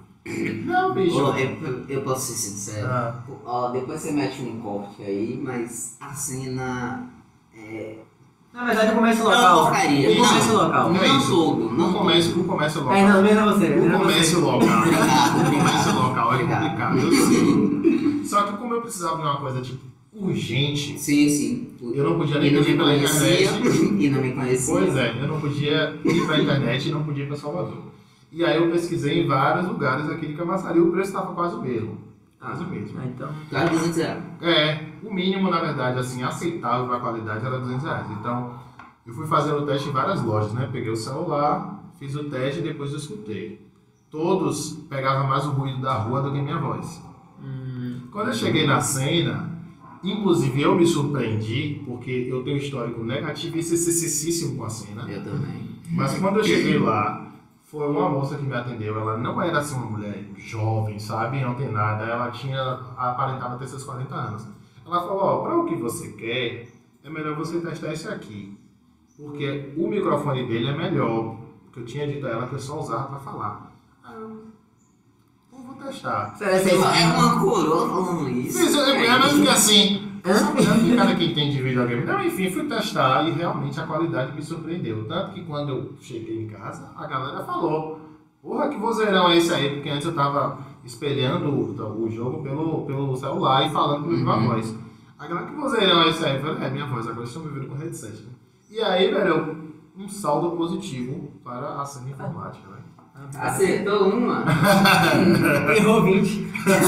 Não, bicho. Eu posso ser sincero. Depois você mete um corte aí, mas a cena é... Na verdade, o comércio local. O comércio local. Não todo. No comércio local. Não, mesmo você. O comércio local é complicado. Eu sei. Só que como eu precisava de uma coisa tipo urgente. Sim. Eu não podia nem ir pela internet. E não me conhecia. Pois é, eu não podia ir pra internet e não podia ir pra Salvador. E aí eu pesquisei em vários lugares aqui de Camaçari e o preço estava quase o mesmo. Quase o mesmo. Então. Quase R$200. O mínimo, na verdade, assim, aceitável para a qualidade era R$200. Então, eu fui fazendo o teste em várias lojas, né? Peguei o celular, fiz o teste e depois eu escutei. Todos pegavam mais o ruído da rua do que a minha voz. Quando eu cheguei na cena, inclusive eu me surpreendi, porque eu tenho um histórico negativo e cessíssimo com a cena. Eu também. Mas quando eu cheguei lá, foi uma moça que me atendeu, ela não era assim uma mulher jovem, sabe, não tem nada, ela aparentava ter seus 40 anos. Ela falou, para o que você quer, é melhor você testar esse aqui, porque o microfone dele é melhor, porque eu tinha dito a ela que eu só usava para falar. Aí eu vou testar. Você é uma coroa falando isso? Eu fiquei assim, que cara que entende de videogame. Não, enfim, fui testar e realmente a qualidade me surpreendeu. Tanto que quando eu cheguei em casa, a galera falou, porra, que vozeirão é esse aí? Porque antes eu tava espelhando o jogo pelo celular e falando com a voz. A galera, que vozeirão é esse aí? Eu falei, minha voz, agora estou me vendo com headset. Né? E aí, velho, um saldo positivo para a cena informática, né? Acertou uma. Errou 20.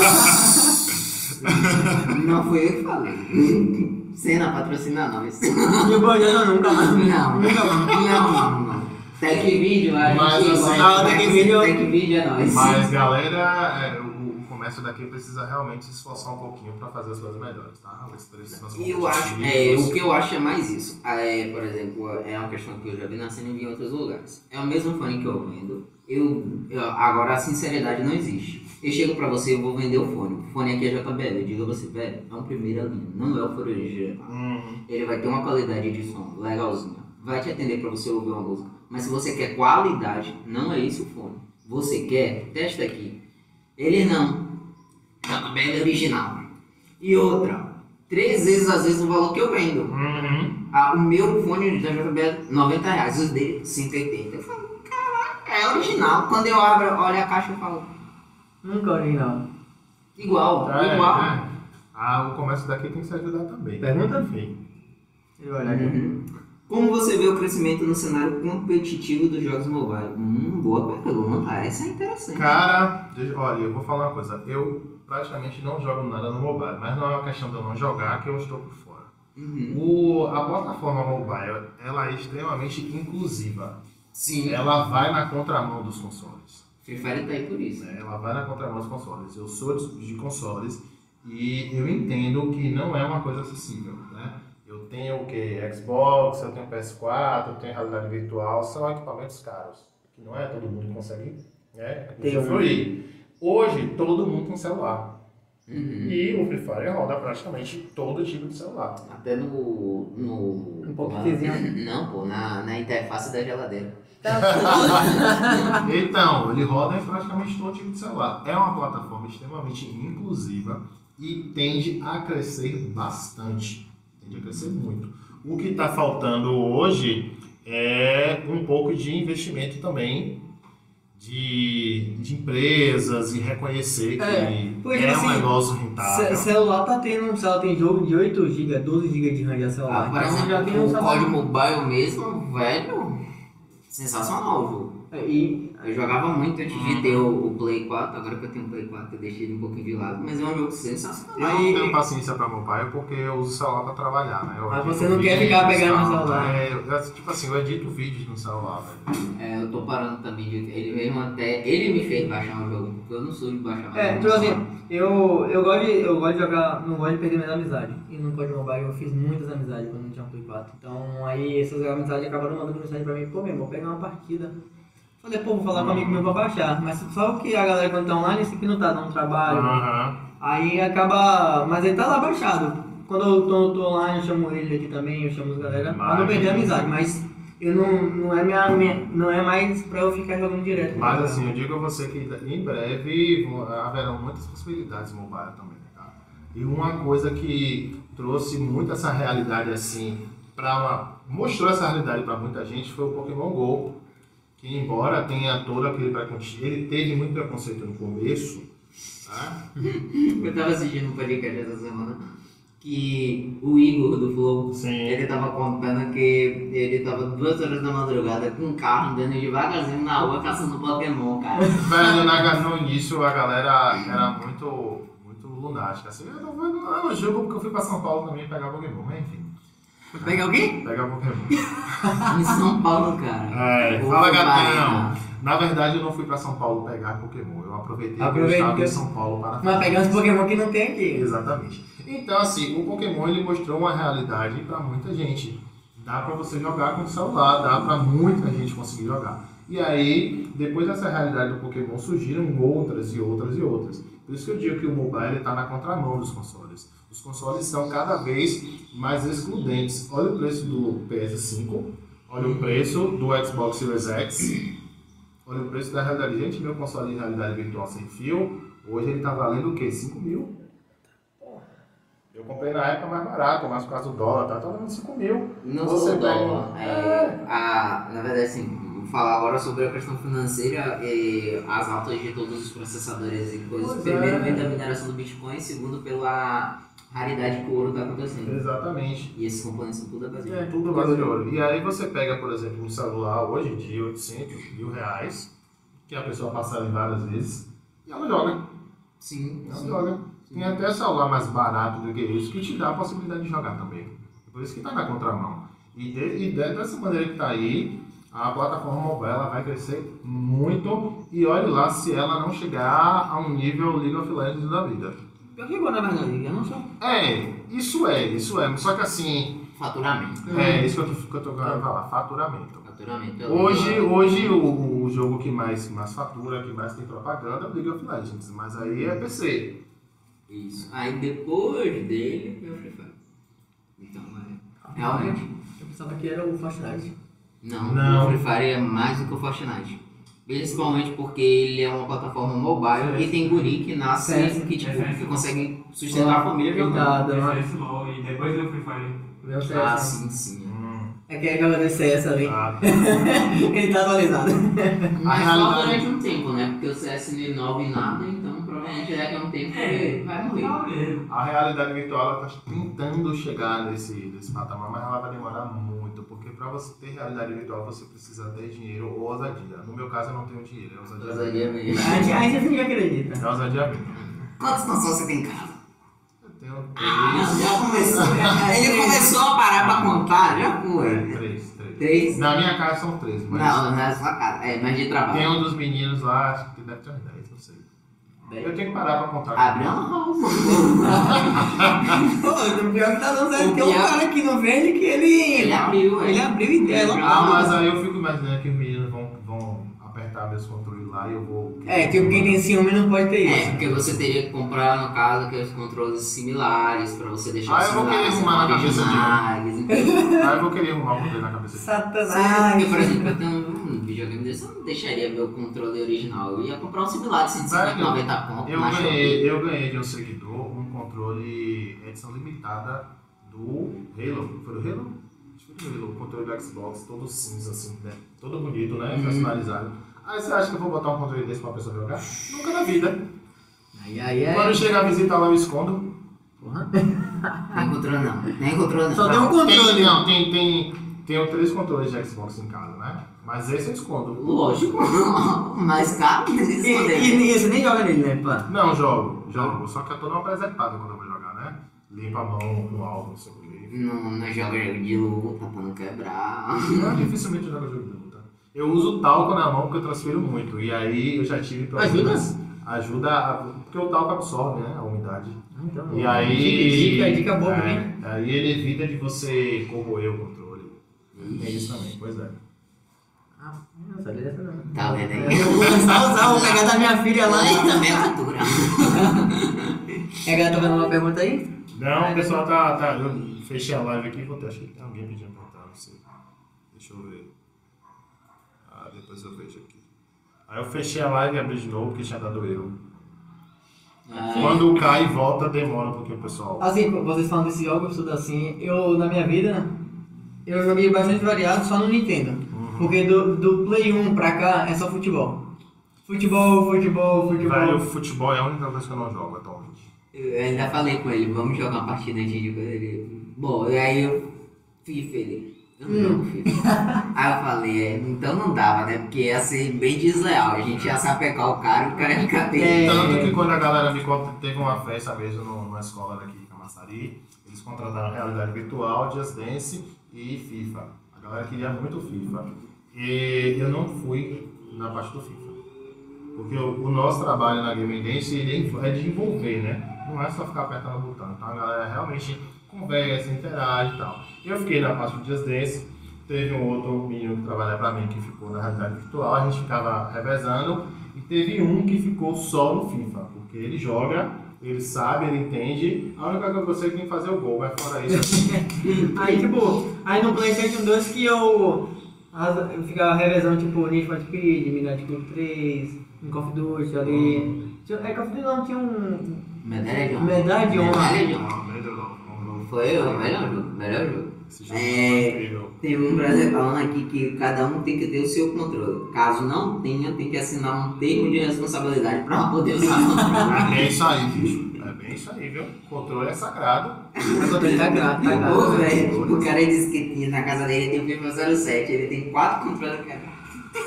Não foi eu que falei. Cena patrocina nós. E o Bojana nunca mais. Não. Tech Video, a gente Tech Video é nós. Mas galera, o comércio daqui precisa realmente se esforçar um pouquinho para fazer as coisas melhores, tá? E eu acho, o que eu acho é mais isso. Por exemplo, é uma questão que eu já vi na cena e vi em outros lugares. É o mesmo fone que eu vendo. Agora a sinceridade não existe. Eu chego pra você, eu vou vender o fone. O fone aqui é JBL. Eu digo a você, velho, é uma primeira linha. Não é o fone original. Ele vai ter uma qualidade de som legalzinha. Vai te atender pra você ouvir uma música. Mas se você quer qualidade, não é isso o fone. Você quer? Testa aqui. Ele não. JBL original. E outra, 3 vezes às vezes o valor que eu vendo. O meu fone da JBL, R$90, os dele, 180. Eu falo, caraca, é original. Quando eu abro, olho a caixa e falo, Nunca original. igual. O comércio daqui tem que se ajudar também. Pergunta? Enfim. Eu vou olhar aqui. Como você vê o crescimento no cenário competitivo dos jogos mobile? Boa pergunta, essa é interessante. Cara, olha, eu vou falar uma coisa. Eu praticamente não jogo nada no mobile, mas não é uma questão de eu não jogar que eu estou por fora. A plataforma mobile, ela é extremamente inclusiva. Sim. Ela vai na contramão dos consoles. Free Fire tá aí por isso. Ela vai na contramão dos consoles. Eu sou de consoles e eu entendo que não é uma coisa acessível, né? Eu tenho o que? Xbox, eu tenho PS4, eu tenho realidade virtual, são equipamentos caros, que não é todo mundo que consegue, né, usufruir. Hoje, todo mundo tem celular. E o Free Fire roda praticamente todo tipo de celular. Até no pocketzinho. Não, pô, na interface da geladeira. Então, ele roda em praticamente todo tipo de celular. É uma plataforma extremamente inclusiva e tende a crescer bastante. Tende a crescer muito. O que está faltando hoje é um pouco de investimento também de empresas e reconhecer que é um negócio rentável. Celular tá tendo, o celular tem jogo de 8 GB, 12 GB de RAM de celular. Por exemplo, já tem o COD Mobile mesmo, velho, sensacional o jogo. Eu jogava muito antes de ter o Play 4, agora que eu tenho o Play 4 eu deixei ele um pouquinho de lado, mas é um jogo sensacional. Eu não tenho paciência pra mobile porque eu uso o celular pra trabalhar, né? Mas você não quer ficar pegando no celular. Tipo assim, eu edito vídeos no celular, velho. Eu tô parando também de... Ele me fez baixar um jogo, porque eu não sou de baixar mais. Tipo assim, eu gosto de jogar, não gosto de perder minhas amizades. E no COD Mobile eu fiz muitas amizades quando não tinha um Play 4. Então aí essas amizades acabaram mandando mensagem pra mim, pô, meu irmão, pegar uma partida. Falei, pô, vou falar com um amigo meu pra baixar. Mas só que a galera quando tá online sempre não tá dando trabalho. Aí acaba. Mas ele tá lá baixado. Quando eu tô online, eu chamo ele aqui também, eu chamo as galera. Pra não perder a amizade, mas eu não é mais pra eu ficar jogando direto. Mas assim, eu digo a você que em breve haverão muitas possibilidades mobile também, tá? E uma coisa que trouxe muito essa realidade assim, mostrou essa realidade pra muita gente foi o Pokémon GO. Que embora tenha todo aquele preconceito, ele teve muito preconceito no começo, tá? Eu tava assistindo um podcast essa semana que o Igor do Flow, ele tava contando que ele tava 2 horas da madrugada com um carro andando devagarzinho na rua caçando Pokémon, cara. Velho, no início a galera era muito lunática, assim, eu não jogo porque eu fui pra São Paulo também pegar Pokémon, mas enfim. Pegar o quê? Pegar Pokémon. Em São Paulo, cara. Fala gatão. Na verdade eu não fui pra São Paulo pegar Pokémon, eu aproveitei que eu estava em São Paulo para... Mas pegar os Pokémon que não tem aqui. Exatamente. Então assim, o Pokémon ele mostrou uma realidade pra muita gente. Dá pra você jogar com o celular, dá pra muita gente conseguir jogar. E aí, depois dessa realidade do Pokémon surgiram outras e outras e outras. Por isso que eu digo que o mobile está na contramão dos consoles. Os consoles são cada vez mais excludentes. Olha o preço do PS5, olha o preço do Xbox Series X, olha o preço da realidade. Gente, meu console de realidade virtual sem fio, hoje ele está valendo o quê? 5 mil? Eu comprei na época mais barato, mas por causa do dólar, tá valendo 5 mil. Não só o dólar. Na verdade, assim, vou falar agora sobre a questão financeira, as altas de todos os processadores e coisas. Primeiro vem da mineração do Bitcoin, segundo pela raridade que o ouro está acontecendo. Exatamente. E esses componentes são tudo a base de ouro. Tudo a base de ouro. E aí você pega, por exemplo, um celular hoje em dia, 800 mil reais, que a pessoa passa ali várias vezes, e ela joga. Sim. Ela joga. Tem até celular mais barato do que isso, que te dá a possibilidade de jogar também. Por isso que está na contramão. E dessa maneira que está aí, a plataforma mobile ela vai crescer muito, e olhe lá se ela não chegar a um nível League of Legends da vida. Eu chegou na verdade, eu não sei. Isso é. Só que assim... Faturamento. Isso que eu tô querendo falar, faturamento. Hoje o jogo que mais fatura, que mais tem propaganda é o League of Legends, mas aí é PC. Isso. Aí depois dele é o Free Fire. Então, realmente. Eu pensava que era o Fortnite. Não, o Free Fire é mais do que o Fortnite. Principalmente porque ele é uma plataforma mobile e tem guri que nasce Sim. que, tipo, que consegue sustentar a família jogando. CS LOL e depois do Free Fire. Meu CS. Ah, sim. É que acaba de CS ali. Ah, Ele tá atualizado. Mas só realidade- durante um tempo, né? Porque o CS não inova em nada, então provavelmente daqui a um tempo ele vai morrer. Talvez. a realidade virtual está tentando chegar nesse patamar, mas ela vai demorar muito, porque para você ter realidade virtual você precisa ter dinheiro ou ousadia. No meu caso eu não tenho dinheiro, é ousadia. Ousadia mesmo. A gente finge que acredita. É ousadia mesmo. Quantos consoles você tem em casa? Eu tenho Já começou. Ele começou a parar pra contar, já foi. três. Três? Na minha casa são 3, mas Não, não é sua casa, é mais de trabalho. tem um dos meninos lá, acho que deve ter uns 10, não sei. Eu tenho que parar pra contar. Abriu uma house. Pô, o pior que tá dando certo. O Tem um pior- cara aqui no verde que ele. Ele abriu, Ele abriu e dela. Mas aí eu fico imaginando que os meninos vão apertar meus controles lá e eu vou... É, tipo, quem tem ciúme não pode ter É, isso. porque você teria que comprar, no caso, aqueles controles similares pra você deixar eu vou querer similares, arrumar na cabeça originais, entendeu? Aí eu vou querer arrumar o controle na cabeça dele. Satanás. Porque, por exemplo, eu tenho um videogame desse, eu não deixaria meu controle original. Eu ia comprar um similar de 150, Velho, 90 conto. Eu na Shopee. ganhei de um seguidor um controle edição limitada do Halo. Foi do Halo? Acho que foi do Halo. O controle do Xbox, todo cinza, assim, né? Todo bonito, né? Personalizado. Aí você acha que eu vou botar um controle desse pra pessoa jogar? Nunca na vida. Aí. Quando chega a visita lá, eu escondo. Porra. Nem controle não. Nem controle não. Só tem um controle. Tenho 3 controles de Xbox em casa, né? Mas esse eu escondo. Lógico. Mais caro, E esconder. você nem joga nele, né, pá? Não, jogo. Só que eu tô numa presepada quando eu vou jogar, né? Limpa a mão no álcool, não sei o que. Não joga jogo de luta pra não quebrar. Dificilmente eu jogo jogo de luta. Eu uso talco na mão porque eu transfiro muito. E aí eu já tive problemas. Porque o talco absorve, né? A umidade. Então, E aí. Dica boa também. Aí ele evita de você corroer o controle. É isso também, pois é. Ah, não sabia dessa não. Tá vendo aí? Eu vou começar a usar, vou pegar da minha filha lá e. Também é cultura. E a galera tá fazendo uma pergunta aí? Não, o pessoal tá. Eu fechei a live aqui e voltei. Acho que tem alguém pedindo pra entrar, não sei. Deixa eu ver. Depois eu vejo aqui. Aí eu fechei a live e abri de novo porque tinha dado erro. Quando cai e volta, demora um pouquinho, pessoal. Assim, vocês falando desses jogos, tudo assim, eu na minha vida, eu joguei bastante variado só no Nintendo. Porque do Play 1 pra cá é só futebol. Futebol. Velho, o futebol é a única coisa que eu não jogo atualmente. Eu ainda falei com ele, vamos jogar uma partida antes de ele. Bom, e aí eu FIFA ele. Eu não jogo FIFA. Aí eu falei, então não dava, né? Porque ia ser bem desleal. A gente ia sapecar o cara ia ficar bem. Tanto que quando a galera me conta, teve uma festa mesmo numa escola daqui em Camaçari, eles contrataram realidade virtual, Just Dance e FIFA. A galera queria muito FIFA. E eu não fui na parte do FIFA. Porque o nosso trabalho na Game Dance ele é de envolver, né? Não é só ficar apertando o botão. Então a galera realmente conversa, interage e tal. Eu fiquei na parte do Just Dance, teve um outro menino que trabalha pra mim que ficou na realidade virtual, a gente ficava revezando, e teve um que ficou só no FIFA, porque ele joga, ele sabe, ele entende, a única coisa que eu sei é que tem que fazer o gol, mas fora isso. Aí tipo, aí no PlayStation 2 que eu ficava revezando tipo Need for Speed, Midnight Club 3, um Call of Duty ali. Call of Duty não, tinha um. Medalha de honra. Medalha de honra. Medalha de honra. Foi o melhor jogo. Esse jogo é incrível. Teve um brasileiro falando aqui que cada um tem que ter o seu controle. Caso não tenha, tem que assinar um termo de responsabilidade para poder usar o controle. É bem isso aí, bicho. É bem isso aí, viu? O controle é sagrado. O controle tá grato, tá Pô, grato. velho, o cara disse que na casa dele tem o FIFA 07, ele tem 4 controles quebrados.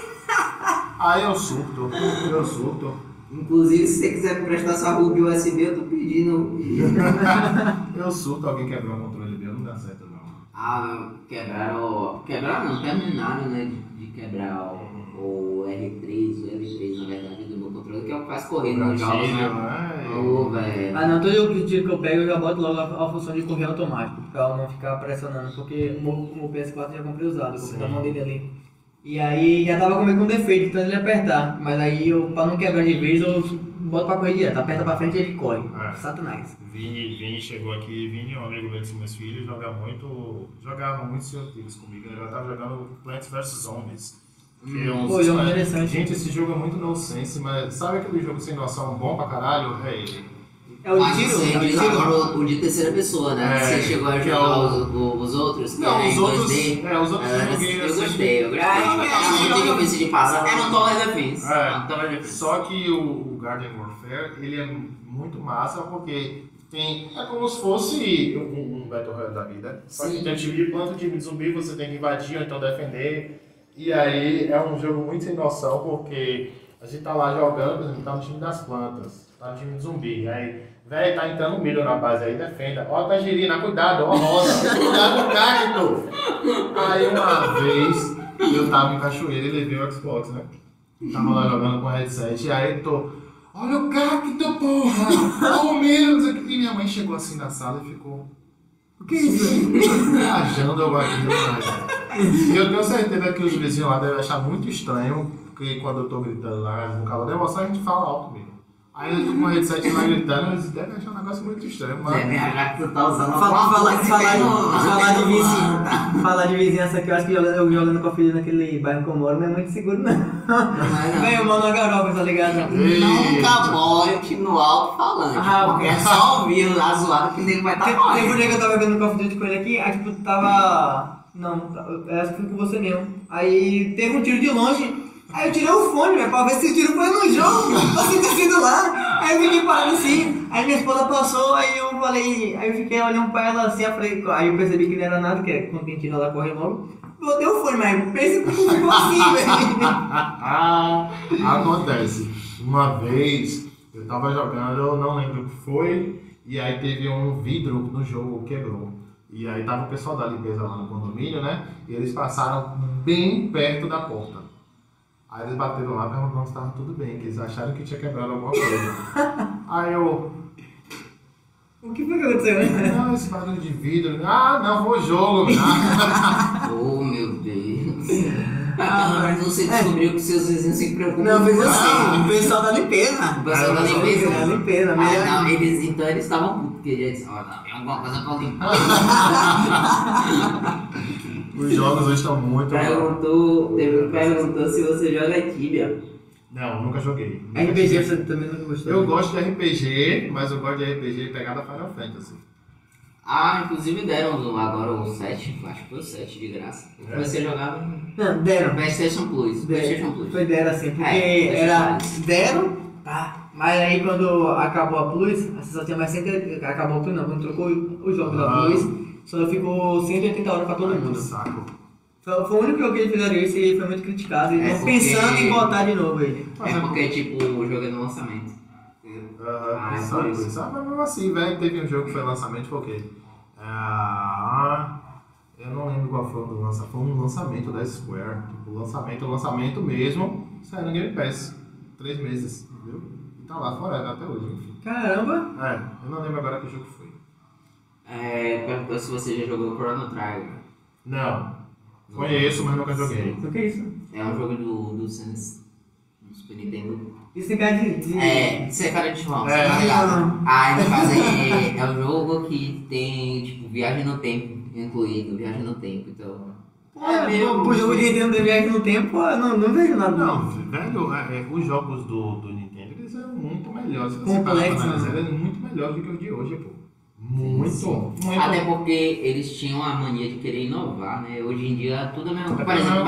Aí eu surto. Inclusive, se você quiser me prestar sua Ruby USB, eu tô pedindo. Eu surto, alguém quebrou o controle dele, não dá certo não. Ah, quebraram não, terminaram, né, de quebrar o L3, na verdade, do meu controle, que é o que faz correr nos jogos, né? Ô, velho. Ah não, todo jogo que eu pego eu já boto logo a função de correr automático, pra eu não ficar pressionando, porque o PS4 já comprei usado, eu comprei na mão dele ali. E aí já tava com defeito, então ele ia apertar, mas aí eu, pra não quebrar de vez, eu boto pra correr direto, aperta pra frente e ele corre. É. Satanás. Vini chegou aqui, Vini é um amigo meu dos meus filhos, jogava muito Sea of Thieves comigo, ele já tava jogando Plants vs Zombies. Pô, jogo interessante. Gente, esse jogo é muito nonsense, mas sabe aquele jogo sem noção bom pra caralho? É ele. É o Mas tiro? você É o diz tiro? agora o de terceira pessoa, né? É, Você chegou a que é jogar o- os outros? que Não, era os em outros. 2D? Os outros eu joguei Eu assim. gostei. É muito difícil de passar. É no Tower Defense. É. No Tower Defense. Só que o Garden Warfare, ele é muito massa porque é como se fosse um Battle Royale da vida. Só que Sim. tem time de planta, time de zumbi, você tem que invadir ou então defender. E aí é um jogo muito sem noção porque a gente tá lá jogando, a gente tá no time das plantas, tá no time de zumbi. Aí, velho, tá entrando um milho na base aí, defenda. Ó, Tangerina, cuidado, ó, rosa, cuidado com o cacto. Aí uma vez eu tava em Cachoeira e levei o Xbox, né? Tava lá jogando com headset, e aí eu tô, olha o cacto, porra! Olha o milho, não sei o que. E minha mãe chegou assim na sala e ficou, o que é isso? Viajando alguma coisa. E eu tenho certeza que os vizinhos lá devem achar muito estranho, porque quando eu tô gritando lá no calor da emoção, a gente fala alto mesmo. Aí eu tô com o headset lá gritando, eles devem achar um negócio muito estranho, mas... Deve achar que tu tá usando Falar de vizinho. Falar de vizinhança aqui, eu acho que eu jogando com a filha naquele bairro que eu moro não é muito seguro, não. Vem, eu mando uma garopa, tá ligado? Nunca bote no alto-falante, porque é só ouvir a zoada que ele vai estar Teve um morrendo. dia que eu tava jogando Call of Duty com ele aqui, aí tipo, tava... Não, eu acho que fui com você mesmo. Aí teve um tiro de longe, aí eu tirei o fone, velho, pra ver se o tiro foi no jogo, você ter sido lá. Aí eu fiquei parado assim, aí minha esposa passou, aí eu falei, aí eu fiquei olhando pra ela assim, aí eu percebi que não era nada, que é quando quem tira ela corre logo. Botei o fone, mas pensa que ficou assim, velho. Acontece. Uma vez eu tava jogando, eu não lembro o que foi, e aí teve um vidro no jogo que quebrou. E aí tava o pessoal da limpeza lá no condomínio, né? E eles passaram bem perto da porta. Aí eles bateram lá perguntando se tava tudo bem, que eles acharam que tinha quebrado alguma coisa. Aí eu... O que foi que aconteceu, né? Não, esse barulho de vidro... Ah, não, foi o jogo. Oh, meu Deus. Mas você descobriu que seus vizinhos se preocupam Não, fez com você. assim, o pessoal da limpeza. O pessoal da limpeza. Da limpeza, Ah, não, então eles estavam putos, porque eles disseram, ó, tem alguma coisa pra limpar. Os jogos hoje estão muito... Perguntou se você joga Tibia. Não, nunca joguei. RPG você também não gostou? Eu gosto de RPG, mas eu gosto de RPG pegada Final Fantasy. Ah, inclusive deram agora o 7, acho que foi o 7 de graça. Eu comecei a jogar no Não, deram. PlayStation Plus. PlayStation Plus. Foi deram assim, porque É, era PlayStation deram, tá. Mas aí quando acabou a Plus, você só tinha mais 100, acabou a Plus não, quando trocou os jogos da Plus, só ficou 180 horas pra todo Ai, que mundo. saco. Foi o único jogo que eles fizeram isso e foi muito criticado. E É estão porque- pensando em botar de novo ele. É porque, tipo, o jogo é no lançamento. Ah, é sabe por isso. isso. Mas mesmo assim, velho, teve um jogo que foi lançamento, foi o quê? Eu não lembro qual foi o lançamento. Foi um lançamento da Square. Tipo, lançamento mesmo, saiu no Game Pass. 3 meses, viu? E tá lá forever até hoje, enfim. Caramba! Eu não lembro agora que jogo foi. Perguntou se você já jogou Chrono Trigger. Não. Conheço, mas nunca joguei. O que é isso? É um jogo do SNES, do Super Nintendo. Isso tem cara de... Isso é cara de chão, É. tá ligado? Aí, no caso, é um jogo que tem, tipo, viagem no tempo incluído, viagem no tempo, então... Pro jogo de Nintendo de viagem no tempo, eu não vejo nada. Não, velho, os jogos do Nintendo, eles eram muito melhores. Se você parar pra Complexo, analisar, né? eles eram muito melhores do que o de hoje, pô. Muito. Até porque eles tinham a mania de querer inovar, né? Hoje em dia tudo é mesmo. É Por exemplo,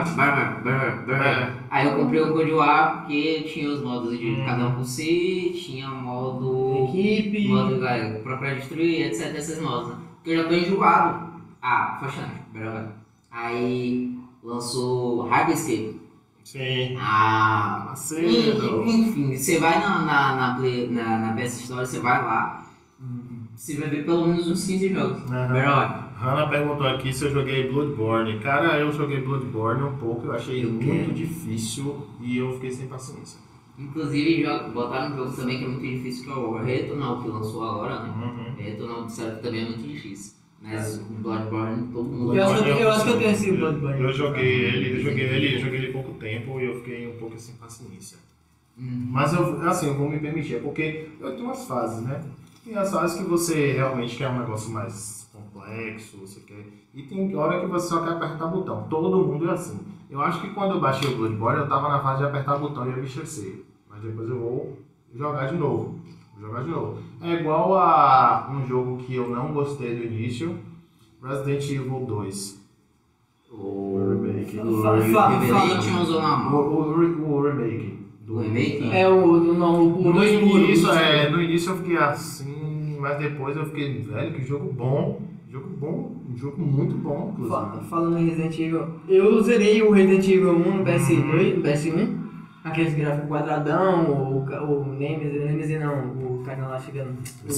É. Aí eu comprei o Code War porque tinha os modos de cada um por si, tinha modo Equipe... modo pra destruir, etc. Esses modos, né? Porque eu já tô enjoado. Fascinante. Aí lançou Hyperscape. Sim. Cedo. Enfim, você vai na PS Store, você vai lá, você vai ver pelo menos uns 15 jogos. Hannah perguntou aqui se eu joguei Bloodborne. Cara, eu joguei Bloodborne um pouco, eu achei muito difícil e eu fiquei sem paciência. Inclusive, botaram um jogo também que é muito difícil, que é o Returnal, que lançou agora, né? Returnal, disseram que também é muito difícil. Mas o Bloodborne, todo mundo... Eu acho que eu tenho esse Bloodborne. Eu joguei ele pouco tempo e eu fiquei um pouco sem paciência. Mas eu vou me permitir, é porque eu tenho umas fases, né? Tem as fases que você realmente quer um negócio mais complexo, você quer... E tem hora que você só quer apertar botão. Todo mundo é assim. Eu acho que quando eu baixei o Bloodborne, eu tava na fase de apertar botão e eu me estressei. Mas depois eu vou jogar de novo. É igual a um jogo que eu não gostei do início, Resident Evil 2. O remake. Revelations ou não? O remake. Do remake? No início eu fiquei assim, mas depois eu fiquei, velho, que jogo bom. Um jogo muito bom, inclusive. Falando em Resident Evil, eu zerei o Resident Evil 1 no PS2, no PS1. Aqueles gráficos quadradão, o Nemesis não, o cara lá chegando.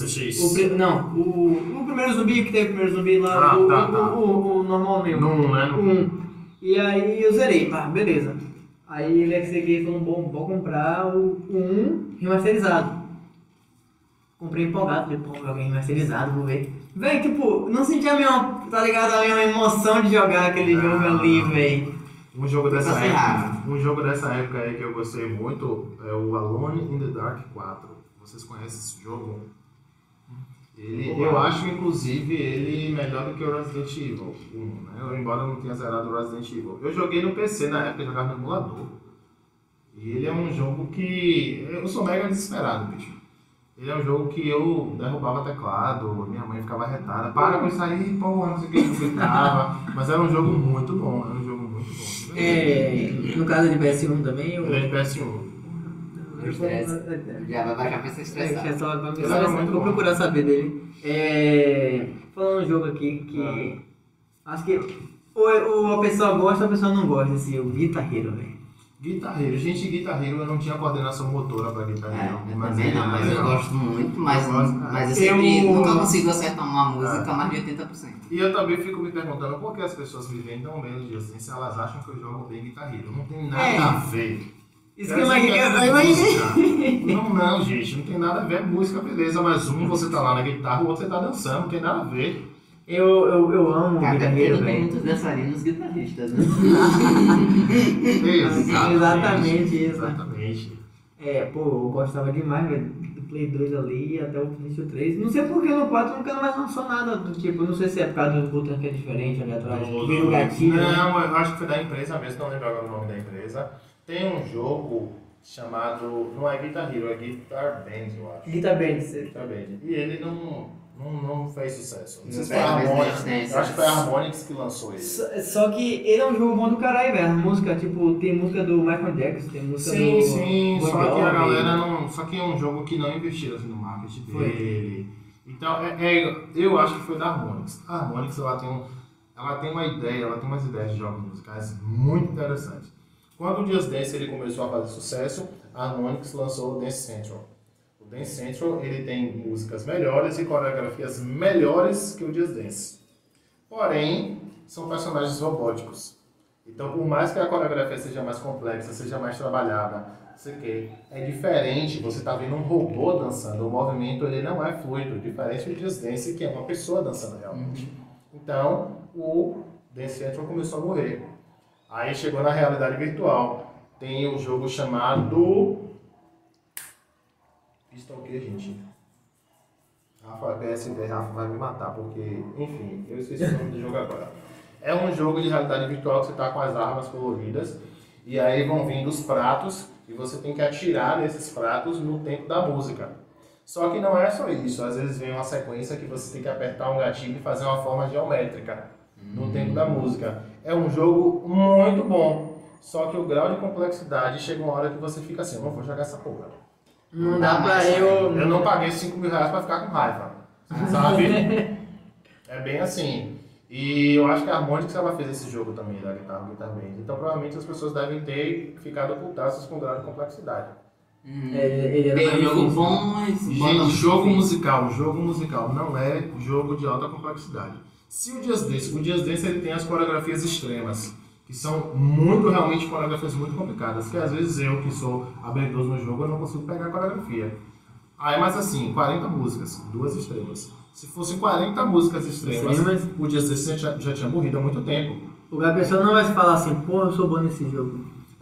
O primeiro zumbi que teve, o primeiro zumbi lá, o normal mesmo. E aí eu zerei, pá, beleza. Aí ele aqui falou, bom, vou comprar o 1 remasterizado. Comprei empolgado, falei, pô, alguém remasterizado, vou ver. Véi, tipo, não senti a mesma, tá ligado, a mesma emoção de jogar aquele jogo ali, véi. Um jogo dessa época aí que eu gostei muito é o Alone in the Dark 4. Vocês conhecem esse jogo? Eu acho, inclusive, ele melhor do que o Resident Evil 1, né? Embora eu não tenha zerado o Resident Evil. Eu joguei no PC na época, jogava no emulador. E ele é um jogo que... Eu sou mega desesperado, bicho. Ele é um jogo que eu derrubava teclado, minha mãe ficava retada. Para com isso aí, pô, não sei o que, eu gritava. Mas era um jogo muito bom, No caso de PS1 também? Ele é de PS1. Já vai baixar pra ser estressado. Vou procurar saber dele. Falando um jogo aqui que... Acho que ou a pessoa gosta ou a pessoa não gosta, assim, o Guitar Hero, velho. Guitar Hero, eu não tinha coordenação motora pra Guitar Hero. Mas eu gosto muito, mas eu sempre nunca consigo acertar uma música mais de 80%. E eu também fico me perguntando por que as pessoas me veem tão bem no dia assim, se elas acham que eu jogo bem Guitar Hero. Não tem nada a ver. Isso que eu imaginei. Não, gente, não tem nada a ver. É música, beleza, mas você tá lá na guitarra, o outro você tá dançando, não tem nada a ver. Eu amo Guitar Hero, tem muitos dançarinos guitarristas, né? Exatamente isso. Exatamente. Eu gostava demais, velho, do Play 2 ali até o início 3. Não sei porque no 4 nunca mais lançou nada do tipo, não sei se é por causa do botão que é diferente ali atrás. Veio o gatilho. Não, eu acho que foi da empresa mesmo, não lembro agora o nome da empresa. Tem um jogo chamado, não é Guitar Hero, é Guitar Band, eu acho. Guitar Band. E ele não fez sucesso. Não sei se foi a Harmonix. Eu acho que foi a Harmonix que lançou ele. Só que ele é um jogo bom do caralho, velho. A música, tipo, tem música do Michael Jackson, tem música do... Sim, só que a galera não... Só que é um jogo que não investiram assim, no marketing dele. Então, eu acho que foi da Harmonix. A Harmonix, ela tem uma ideia, ela tem umas ideias de jogos musicais muito interessantes. Quando o Just Dance ele começou a fazer sucesso, a Harmonix lançou o Dance Central. O Dance Central ele tem músicas melhores e coreografias melhores que o Just Dance. Porém, são personagens robóticos. Então, por mais que a coreografia seja mais complexa, seja mais trabalhada, é diferente. Você está vendo um robô dançando. O movimento ele não é fluido, diferente do Just Dance, que é uma pessoa dançando realmente. Então, o Dance Central começou a morrer. Aí chegou na realidade virtual. Tem um jogo chamado... Pista o que, gente? Rafa, PSV, Rafa vai me matar, porque... Enfim, eu esqueci o nome do jogo agora. É um jogo de realidade virtual que você está com as armas coloridas. E aí vão vindo os pratos. E você tem que atirar nesses pratos no tempo da música. Só que não é só isso. Às vezes vem uma sequência que você tem que apertar um gatilho e fazer uma forma geométrica no tempo da música. É um jogo muito bom, só que o grau de complexidade chega uma hora que você fica assim, eu não vou jogar essa porra. Não dá pra eu não paguei 5 mil reais pra ficar com raiva, sabe? É bem assim. E eu acho que a Harmonix ela fez esse jogo também da Guitar Band. Então provavelmente as pessoas devem ter ficado ocultadas com grau de complexidade. Tem um jogo bom, gente, jogo musical não é jogo de alta complexidade. Se o Just Dance ele tem as coreografias extremas, que são realmente coreografias muito complicadas, que às vezes eu, que sou habilidoso no jogo, eu não consigo pegar a coreografia. Aí, mas assim, 40 músicas, 2 extremas. Se fossem 40 músicas extremas, o Just Dance já tinha morrido há muito tempo. A pessoa não vai falar assim, porra, eu sou bom nesse jogo.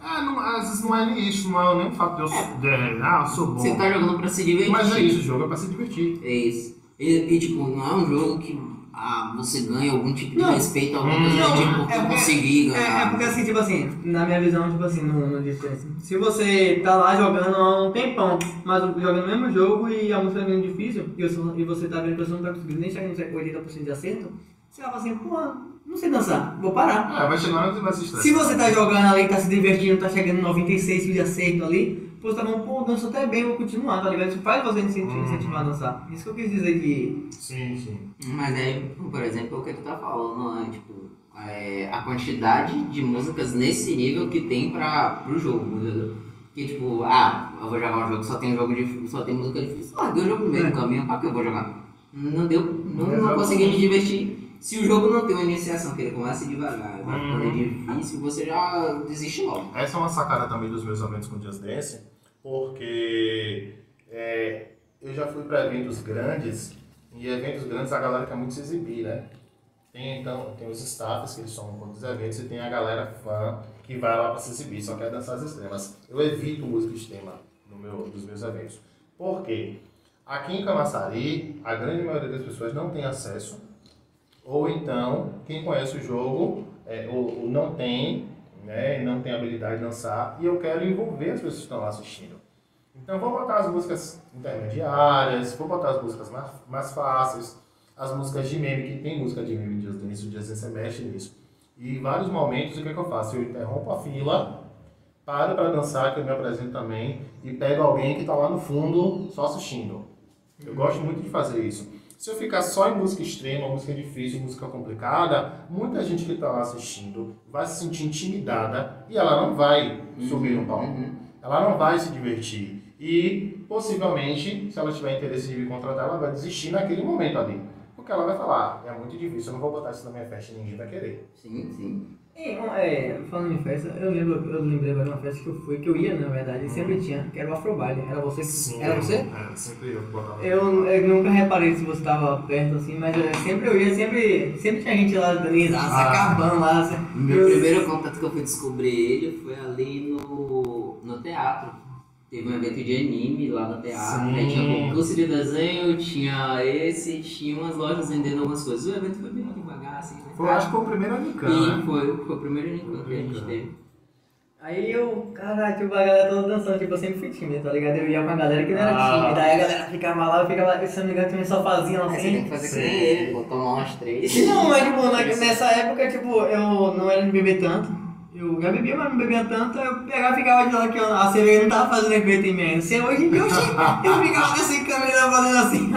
Às vezes não é nem isso, não é nem o fato de eu sou bom. Você tá jogando pra se divertir. Mas é isso, o jogo é pra se divertir. É isso. E tipo, não é um jogo que você ganha algum tipo de respeito, alguma coisa tipo, por conseguir ganhar. É porque assim, tipo assim, na minha visão, tipo assim, no distância. Se você tá lá jogando há um tempão, mas jogando o mesmo jogo e a música é meio difícil, e você tá vendo que você não tá conseguindo nem chegar nos 80% de acerto, você vai falar assim, porra, não sei dançar, vou parar. Vai chegar na vai se estressar. Se você tá jogando ali, tá se divertindo, tá chegando em 96 de acerto ali, você tá falando, pô, danço até bem, vou continuar, tá ligado? Isso faz você incentivar a dançar. Isso que eu quis dizer de... Sim. Mas aí, por exemplo, o que tu tá falando, né? Tipo, a quantidade de músicas nesse nível que tem pro jogo, entendeu? Que tipo, eu vou jogar um jogo que só tem música difícil. Deu o jogo no meio do caminho, pra que eu vou jogar? Não consegui me divertir. Se o jogo não tem uma iniciação, que ele começa devagar, vai ficando difícil, você já desiste logo. Essa é uma sacada também dos meus eventos com Just Dance, porque eu já fui para eventos grandes, e eventos grandes a galera quer muito se exibir, né? Tem os staffs que eles chamam dos eventos e tem a galera fã que vai lá para se exibir, só quer dançar as extremas. Eu evito música extrema dos meus eventos. Por quê? Aqui em Camaçari, a grande maioria das pessoas não tem acesso, ou então, quem conhece o jogo ou não tem, né, não tem habilidade de dançar, e eu quero envolver as pessoas que estão lá assistindo. Então vou botar as músicas intermediárias, vou botar as músicas mais fáceis, as músicas de meme, que tem música de meme de Just Dance, o Just Dance mexe nisso. E em vários momentos, o que eu faço? Eu interrompo a fila, paro para dançar, que eu me apresento também, e pego alguém que está lá no fundo só assistindo. Eu gosto muito de fazer isso. Se eu ficar só em música extrema, música difícil, música complicada, muita gente que está lá assistindo vai se sentir intimidada e ela não vai subir no palco. Ela não vai se divertir. E, possivelmente, se ela tiver interesse de vir contratar, ela vai desistir naquele momento ali. Porque ela vai falar, é muito difícil, eu não vou botar isso na minha festa e ninguém vai querer. Sim. Falando em festa, eu lembrei de uma festa que eu fui, que eu ia, na verdade, e sempre tinha, que era o Afrobaile. Era você? Sim, era você? Sempre eu que botava. Eu nunca reparei se você estava perto assim, mas sempre eu ia, sempre tinha gente lá dando risada, se acabando lá. Meu primeiro contato que eu fui descobrir ele foi ali no teatro. Teve um evento de anime lá no teatro, aí tinha concurso de desenho, tinha umas lojas vendendo algumas coisas. O evento foi bem devagar, assim, né? Acho que foi o primeiro Unicam, né? Foi o primeiro Unicam que a gente teve. Aí tipo, a galera toda dançando, tipo, eu sempre fui tímido, tá ligado? Eu ia com a galera que não era tímida, aí a galera ficava lá, se não me engano, tinha um sofazinho assim. Aí você tem que fazer que nem ele, vou tomar umas 3. Não, mas tipo, nessa época, tipo, eu não era de beber tanto. Eu já bebia, mas não bebia tanto, eu pegava e ficava de lá que a cerveja não tava fazendo efeito em mim ainda. Se hoje em dia eu ficava assim, câmera fazendo assim.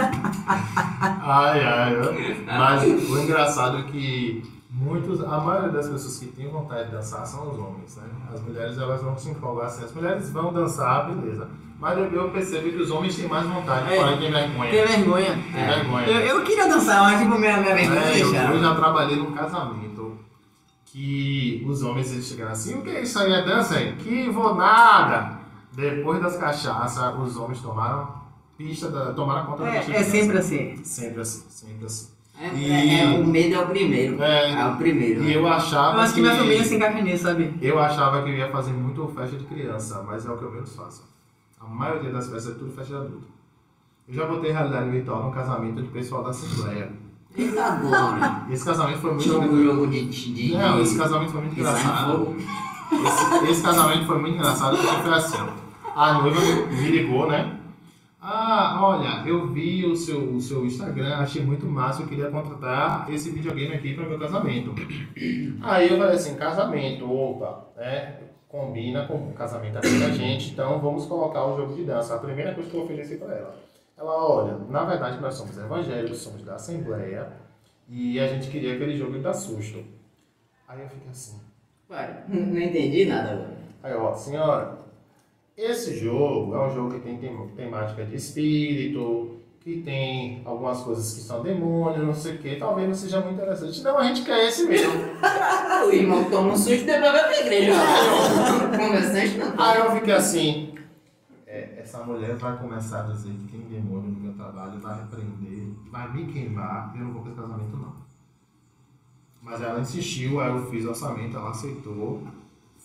Mas o engraçado é que a maioria das pessoas que têm vontade de dançar são os homens, né? As mulheres, elas vão se empolgar assim. As mulheres vão dançar, beleza. Mas eu percebi que os homens têm mais vontade, porém tem vergonha. Tem vergonha. Eu queria dançar, mas tipo, minha vergonha deixava. Eu já trabalhei num casamento que os homens eles chegaram assim, o que é isso aí, é dança aí? Que vou nada! Depois das cachaças, os homens tomaram conta da pista. É sempre assim. Sempre assim. O medo é o primeiro. É o primeiro. E eu achava eu acho que minha família se encaixa nisso, sabe? Eu achava que eu ia fazer muito festa de criança, mas é o que eu menos faço. A maioria das festas é tudo festa de adulto. Eu já botei realidade virtual no casamento de pessoal da Assembleia. Eita agora! Esse casamento foi muito... jogo de... Não, esse casamento foi muito engraçado. Esse casamento foi muito engraçado porque foi assim, a noiva me ligou, né? Olha, eu vi o seu Instagram, achei muito massa, eu queria contratar esse videogame aqui para meu casamento. Aí eu falei assim, casamento, opa, né? Combina com o casamento aqui da gente, então vamos colocar o jogo de dança. A primeira coisa que eu ofereci para ela. Ela, olha, na verdade nós somos evangélicos, somos da Assembleia, e a gente queria aquele jogo de dar susto. Aí eu fiquei assim. Não entendi nada agora. Aí, senhora, esse jogo é um jogo que tem temática de espírito, que tem algumas coisas que são demônio, não sei o que, talvez não seja muito interessante. Não, a gente quer esse mesmo. O irmão toma um susto e depois vai pra igreja. Conversante não. Aí eu fiquei assim. Essa mulher vai começar a dizer que tem demônio no meu trabalho, vai repreender, vai me queimar, eu não vou para esse casamento não. Mas ela insistiu, aí eu fiz o orçamento, ela aceitou,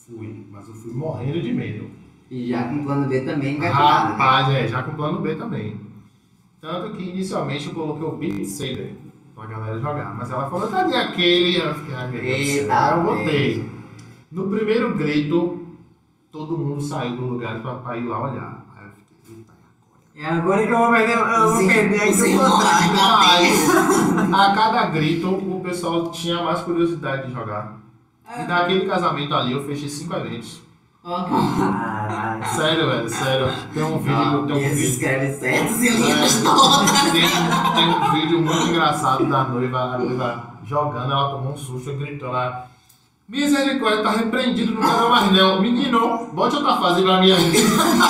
Fui, mas eu fui morrendo de medo. E já com plano B também engatilhado, né? Rapaz, já com plano B também. Tanto que inicialmente eu coloquei o Beat Saber pra galera jogar. Mas ela falou, cadê aquele? Eu fiquei, ai meu Deus do céu. Aí eu botei. No primeiro grito, todo mundo saiu do lugar pra ir lá olhar. Aí eu fiquei, eita, É agora que eu vou perder, aí que eu vou a cada grito, o pessoal tinha mais curiosidade de jogar. E naquele casamento ali, eu fechei 5 eventos. Sério, velho, sério. Tem um vídeo. Escreve certo, Tem um vídeo muito engraçado da noiva, a noiva jogando, ela tomou um susto e gritou lá. Misericórdia, tá repreendido, não quero mais não. Menino, bote outra fase pra mim aí.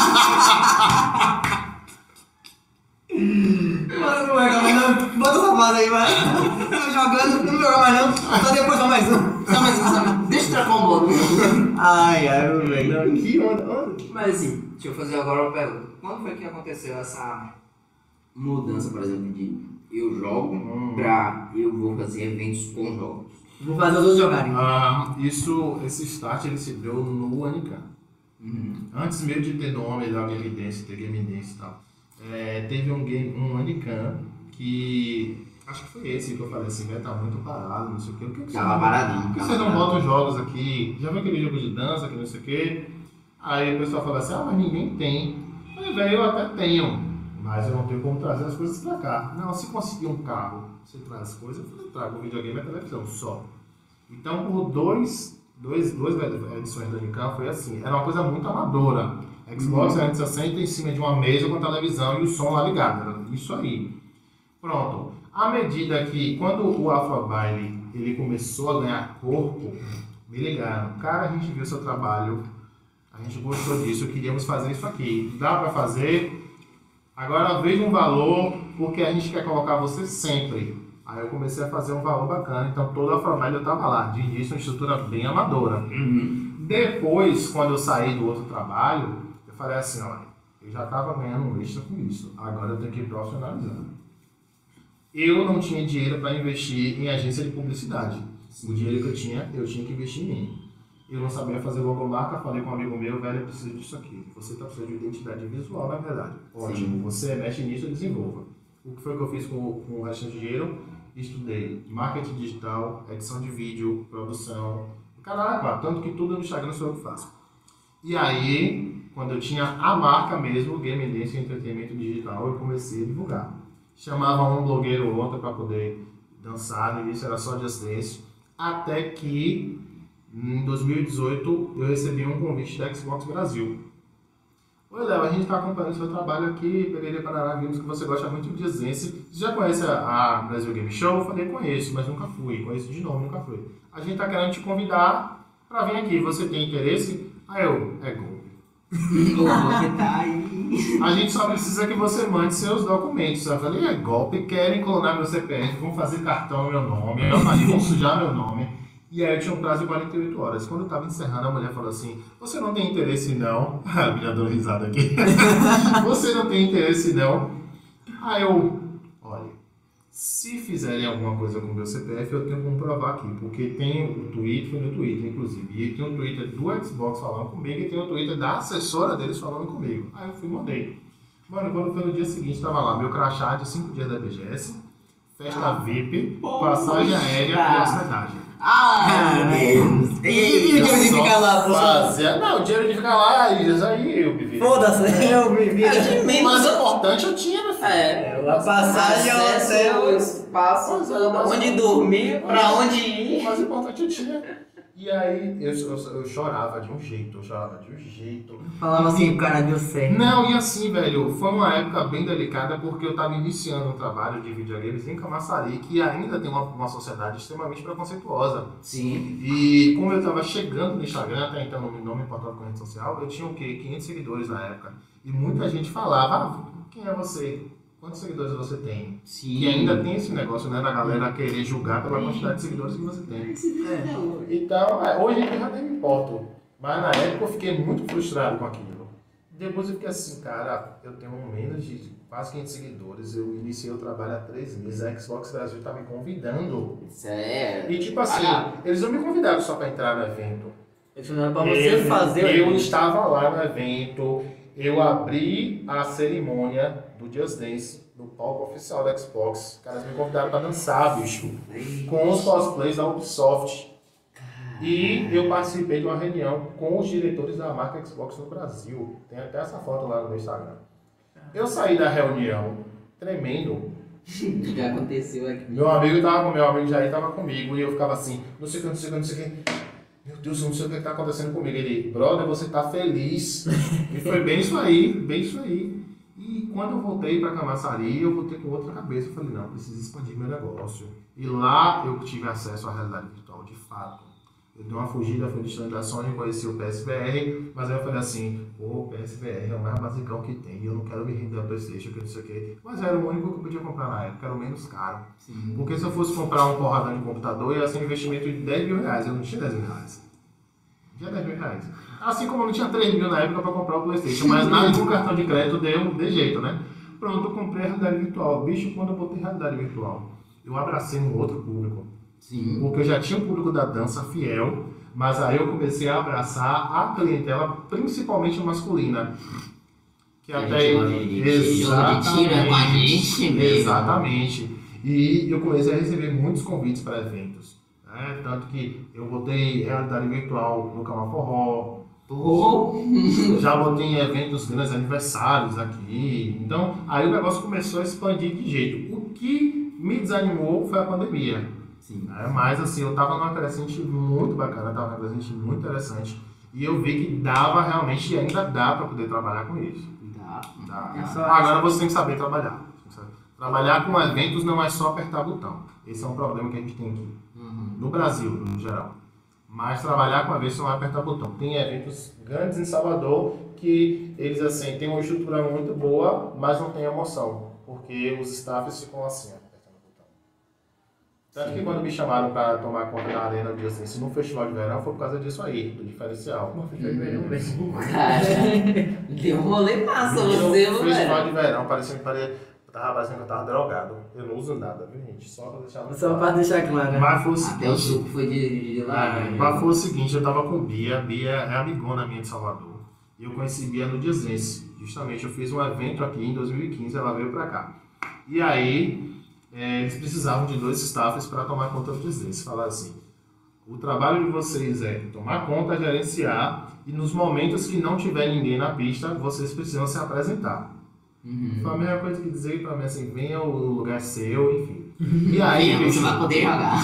Mano, não vai jogar mais não. Bota essa fase aí, vai. Tô jogando, não joga mais não. Só depois só mais um. Só mais um. Deixa eu trocar um bloco. Ai, velho. Que onda. Mas assim, deixa eu fazer agora uma pergunta. Quando foi que aconteceu essa mudança, por exemplo, de eu jogo pra eu vou fazer eventos com jogos? Vou fazer os outros jogarem. Esse start ele se deu no Anican. Antes mesmo de ter nome da Game Dance, ter Game Dance e tal. Teve um Anican que acho que foi esse que eu falei assim, tá muito parado, não sei o que. Por que Tava paradinho. Por que vocês não botam jogos aqui? Já viu aquele jogo de dança que não sei o que? Aí o pessoal fala assim, mas ninguém tem. Eu falei, velho, eu até tenho, mas eu não tenho como trazer as coisas pra cá. Não, se conseguir um carro, você traz as coisas, eu trago o videogame e a televisão só. Então por duas edições do Anican foi assim, era uma coisa muito amadora. Xbox 360 em cima de uma mesa com a televisão e o som lá ligado, era isso aí. Pronto. À medida que, quando o Afrobaile ele começou a ganhar corpo, me ligaram, cara, a gente viu seu trabalho, a gente gostou disso, queríamos fazer isso aqui, dá pra fazer? Agora veja um valor, porque a gente quer colocar você sempre. Aí eu comecei a fazer um valor bacana, então todo o Afrobaile eu tava lá, de início uma estrutura bem amadora. Depois, quando eu saí do outro trabalho, eu falei assim, olha, eu já tava ganhando um extra com isso, agora eu tenho que ir profissionalizando. Eu não tinha dinheiro para investir em agência de publicidade. O dinheiro que eu tinha que investir em mim. Eu não sabia fazer logomarca, falei com um amigo meu, velho, eu preciso disso aqui. Você está precisando de identidade visual, na verdade. Ótimo, você mexe nisso e desenvolva. O que foi que eu fiz com o restante de dinheiro? Estudei marketing digital, edição de vídeo, produção. Caraca, tanto que tudo no Instagram sou eu que faço. E aí, quando eu tinha a marca mesmo, Game Dance e Entretenimento Digital, eu comecei a divulgar. Chamava um blogueiro ou outro para poder dançar, no início era só Just Dance, até que em 2018 eu recebi um convite da Xbox Brasil. Oi Léo, a gente está acompanhando o seu trabalho aqui, Pereira Parará, vimos que você gosta muito de Just Dance. Você já conhece a Brasil Game Show? Eu falei, conheço, mas nunca fui, conheço de nome, nunca fui. A gente está querendo te convidar para vir aqui, você tem interesse? Aí eu, golpe. Tá aí. A gente só precisa que você mande seus documentos. Eu falei, golpe, querem clonar meu CPF, vão fazer cartão no meu nome, eu falei, vão sujar meu nome. E aí eu tinha um prazo de 48 horas. Quando eu estava encerrando, a mulher falou assim, você não tem interesse não? A mulher deu risada aqui. Você não tem interesse não? Aí eu, olha, se fizerem alguma coisa com o meu CPF, eu tenho que comprovar aqui, porque tem o Twitter, foi no Twitter, inclusive, e tem o Twitter do Xbox falando comigo, e tem o Twitter da assessora deles falando comigo. Aí eu fui e mandei. Mano, quando foi no dia seguinte, estava lá, meu crachá de 5 dias da BGS, festa VIP, passagem aérea e hospedagem. Meu Deus! E o dinheiro de ficar lá, pô? Não, o dinheiro de ficar lá, aí eu vivi. Foda-se, eu vivi. O mais importante eu tinha, meu filho. A passagem ao hotel. Espaço, onde dormir, pra onde ir. O mais importante eu tinha. E aí eu chorava de um jeito, Falava assim, o cara deu certo. Não, e assim, velho, foi uma época bem delicada porque eu tava iniciando um trabalho de videogames em Camaçari, que ainda tem uma sociedade extremamente preconceituosa. Sim. E como eu tava chegando no Instagram, até então não me importava com rede social, eu tinha o quê? 500 seguidores na época. E muita gente falava, quem é você? Quantos seguidores você tem? Sim. E ainda tem esse negócio, né, da galera querer julgar pela quantidade de seguidores que você tem. Então, hoje eu já nem me importo. Mas na época eu fiquei muito frustrado com aquilo. Depois eu fiquei assim, cara, eu tenho menos de quase 500 seguidores, eu iniciei o trabalho há 3 meses, a Xbox Brasil tá me convidando. Sério? E tipo assim, eles não me convidaram só pra entrar no evento. Era pra você fazer o Eu evento. estava lá no evento, eu abri a cerimônia do Just Dance no palco oficial da Xbox. Os caras me convidaram para dançar, bicho, com os cosplays da Ubisoft. E eu participei de uma reunião com os diretores da marca Xbox no Brasil. Tem até essa foto lá no meu Instagram. Eu saí da reunião tremendo. Já aconteceu aqui. Meu amigo Jair estava comigo e eu ficava assim, não sei o que, não sei o que, não sei o que. Meu Deus, eu não sei o que está acontecendo comigo. Ele, brother, você está feliz. E foi bem isso aí, bem isso aí. E quando eu voltei para Camaçari, eu voltei com outra cabeça. Eu falei, não, preciso expandir meu negócio. E lá eu tive acesso à realidade virtual de fato. Eu dei uma fugida, fui no stand da Sony, conheci o PSVR, mas aí eu falei assim, o PSVR é o mais basicão que tem, eu não quero me render a PlayStation, que não sei o que. Mas era o único que eu podia comprar na época, era o menos caro. Sim. Porque se eu fosse comprar um porradão de computador, ia ser um investimento de 10 mil reais, eu não tinha 10 mil reais. Não tinha 10 mil reais. Assim como eu não tinha 3 mil na época para comprar o PlayStation, mas nada com cartão de crédito deu de jeito, né? Pronto, eu comprei a realidade virtual. Bicho, quando eu botei realidade virtual, eu abracei um outro público. Sim. Porque eu já tinha um público da dança fiel, mas aí eu comecei a abraçar a clientela, principalmente masculina. Que até exatamente. E eu comecei a receber muitos convites para eventos. Né? Tanto que eu botei realidade virtual no Cama Forró. Já botei em eventos grandes, aniversários aqui. Então, aí o negócio começou a expandir de jeito. O que me desanimou foi a pandemia. Sim. Mas assim, eu estava numa crescente muito bacana, estava numa crescente muito interessante. E eu vi que dava realmente, e ainda dá para poder trabalhar com isso. Dá. Agora você tem que saber trabalhar. Trabalhar com eventos não é só apertar botão. Esse é um problema que a gente tem aqui. No Brasil, no geral. Mas trabalhar com eventos não é apertar botão. Tem eventos grandes em Salvador que eles assim, têm uma estrutura muito boa, mas não tem emoção. Porque os staffs ficam assim, apertando o botão. Tanto que quando me chamaram para tomar conta da arena, eu disse assim, no festival de verão foi por causa disso aí, do diferencial. No festival de verão mesmo. Cara, deu um rolê massa você, No velho. festival de verão, parecendo que eu tava drogado. Eu não uso nada, viu, gente? Só pra deixar muito Só claro. pra deixar claro, né? Mas foi o Até o seguinte. suco foi de lá. Mas foi o seguinte, eu tava com Bia é amigona minha de Salvador. E eu conheci Bia no Just Dance. Justamente, eu fiz um evento aqui em 2015, ela veio pra cá. E aí, eles precisavam de 2 staffs para tomar conta do Just Dance. Falaram assim, o trabalho de vocês é tomar conta, gerenciar, e nos momentos que não tiver ninguém na pista, vocês precisam se apresentar. Foi a mesma coisa que dizer pra mim assim, venha, o lugar é seu, enfim. E aí, você vai poder jogar.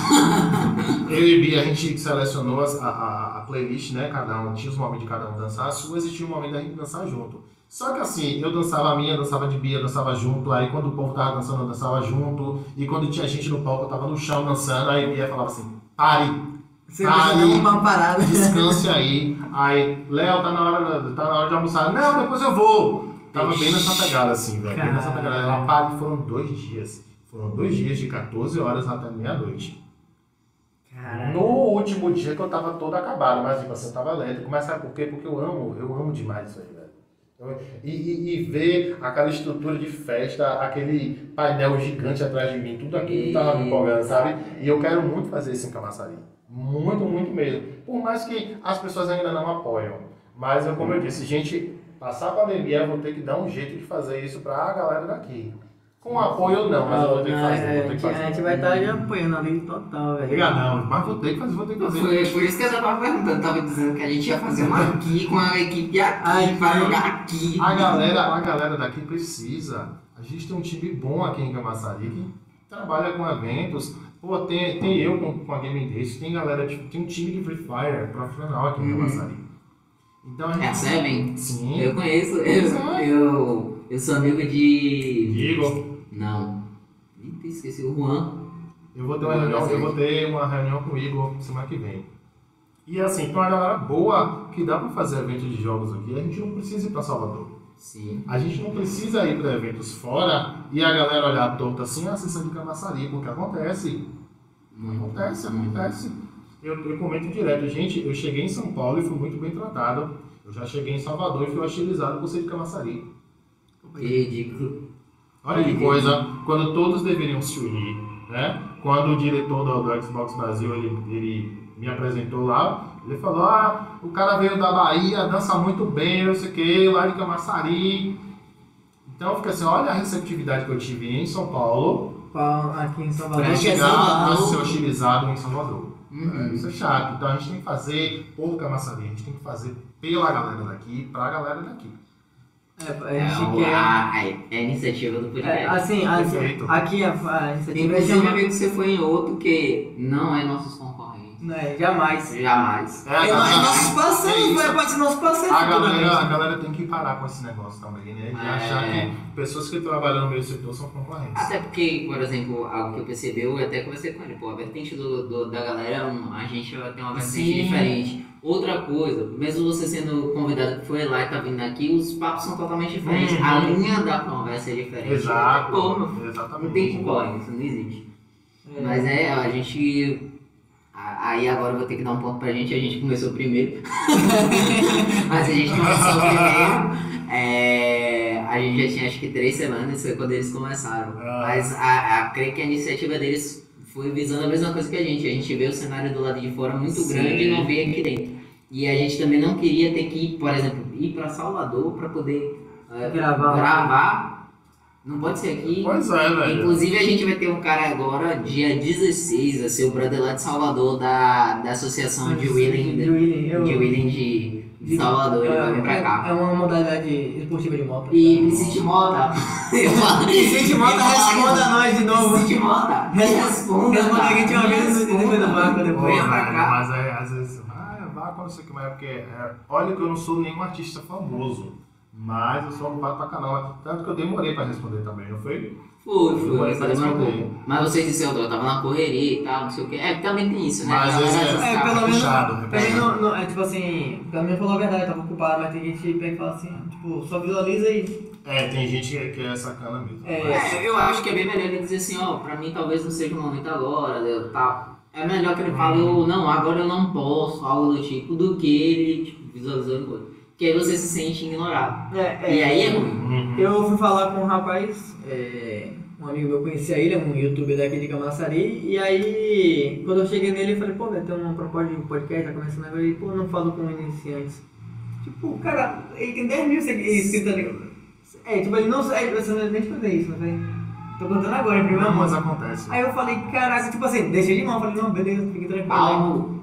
eu e Bia, a gente selecionou a playlist, né? Cada um tinha os momentos de cada um dançar as suas e tinha o momento da gente dançar junto. Só que assim, eu dançava a minha, dançava de Bia, dançava junto. Aí quando o povo tava dançando, eu dançava junto. E quando tinha gente no palco, eu tava no chão dançando. Aí Bia falava assim, pare, Você precisa dar uma parada. descanse aí. Aí, Léo, tá na hora de almoçar. Não, depois eu vou. Tava bem nessa pegada assim, velho. Bem nessa pegada. Ela parou, foram 2 dias. Foram 2 dias de 14 horas até meia-noite. Caralho. No último dia que eu tava todo acabado, mas tipo assim, eu tava elétrico. Mas sabe por quê? Porque eu amo demais isso aí, velho. E ver aquela estrutura de festa, aquele painel gigante atrás de mim, tudo aquilo tava me empolgando, sabe? E eu quero muito fazer isso em Camaçari. Muito, muito mesmo. Por mais que as pessoas ainda não apoiam. Mas, como eu disse, gente, passar a pandemia, eu vou ter que dar um jeito de fazer isso pra galera daqui. Com apoio ou não, mas eu vou ter que fazer. Vou ter que fazer. A gente vai estar apoiando ali total, velho. Liga não, mas vou ter que fazer. Foi por isso que eu já tava perguntando, tava dizendo que a gente ia fazer uma aqui com a equipe aqui, pra jogar aqui. A galera daqui precisa. A gente tem um time bom aqui em Camaçari que trabalha com eventos. Pô, tem eu com a Gaming Days, tem galera, tem um time de Free Fire profissional aqui em Camaçari. Então a gente... É a Seven? Sim. Eu conheço, eu sou amigo de... Igor. Não. Eita, esqueci o Juan. Eu vou ter uma reunião com o Igor semana que vem. E assim, tem uma galera boa que dá pra fazer eventos de jogos aqui. A gente não precisa ir pra Salvador. Sim. A gente não precisa ir para eventos fora e a galera olhar torto assim, a sessão de Camaçari, porque acontece. Acontece. Eu comento direto, gente, eu cheguei em São Paulo e fui muito bem tratado. Eu já cheguei em Salvador e fui hostilizado por ser de Camaçari. Que ridículo. Olha que coisa, quando todos deveriam se unir, né? Quando o diretor do Xbox Brasil ele me apresentou lá, ele falou: o cara veio da Bahia, dança muito bem, não sei o que, lá de Camaçari. Então fica assim, olha a receptividade que eu tive em São Paulo aqui em Salvador. para chegar a ser hostilizado em Salvador. Isso é chato. Então a gente tem que fazer por Camaçari, a gente tem que fazer pela galera daqui, pra galera daqui. A iniciativa do podcast. Assim, aqui a iniciativa inclusive, amigo, você foi em outro que não é nossos concorrentes. Não é, jamais. Jamais. Nossos parceiros, pode ser nosso parceiro. A galera tem que parar com esse negócio também, né? De achar que pessoas que trabalham no meio do setor são concorrentes. Até porque, por exemplo, algo que eu percebi, eu até conversei com ele, a vertente da galera, a gente tem uma vertente diferente. Outra coisa, mesmo você sendo convidado que foi lá e tá vindo aqui, os papos são totalmente diferentes. A linha da conversa é diferente. Exato. Exatamente. Não tem concorrência, não existe. Mas a gente... Aí agora eu vou ter que dar um ponto pra gente, a gente começou primeiro. Mas a gente começou primeiro. A gente já tinha acho que 3 semanas, foi quando eles começaram. Mas creio que a iniciativa deles foi visando a mesma coisa que a gente vê o cenário do lado de fora muito grande e não vê aqui dentro. E a gente também não queria ter que ir, por exemplo, ir pra Salvador pra poder gravar. Não pode ser aqui. Pois é, velho. Inclusive a gente vai ter um cara agora, dia 16, a ser o brother lá de Salvador, da associação de Willing de Salvador, ele vai vir pra cá. É uma modalidade esportiva de moto. E City Mota. City Mota, responda a nós de novo. City Mota, responda. Responda a gente uma vez no do barco depois. Pra cá. Mas aí, às vezes, vai quando você quer, porque olha que eu não sou nenhum artista famoso. Mas eu sou ocupado pra caramba. Tanto que eu demorei pra responder também, não foi? Foi, mas vocês disseram, eu tava na correria e tal, não sei o que. Também tem isso, né? Mas às vezes pelo puxado. menos, tipo assim, pra mim falou a verdade, eu tava ocupado, mas tem gente que pega e fala assim, tipo, só visualiza aí. Tem gente que é sacana mesmo. Eu acho que é bem melhor ele dizer assim, pra mim talvez não seja o momento agora, tá? É melhor que ele fale, não, agora eu não posso, algo do tipo, do que ele, tipo, visualizando coisa. Que aí você se sente ignorado. E aí é ruim. Eu fui falar com um rapaz, um amigo meu, conhecia ele, um youtuber daqui de Camaçari, e aí quando eu cheguei nele eu falei, pô, velho, tem uma proposta de podcast, tá começando agora, e pô, não falo com iniciantes. Tipo, o cara, ele tem 10 mil inscritos ali. Tipo, ele não sabe, você não nem fazer isso, não sei. Tô contando agora, em primeira mão. Mas acontece. Aí eu falei, caraca, tipo assim, deixei de mão, falei, não, beleza, fique tranquilo.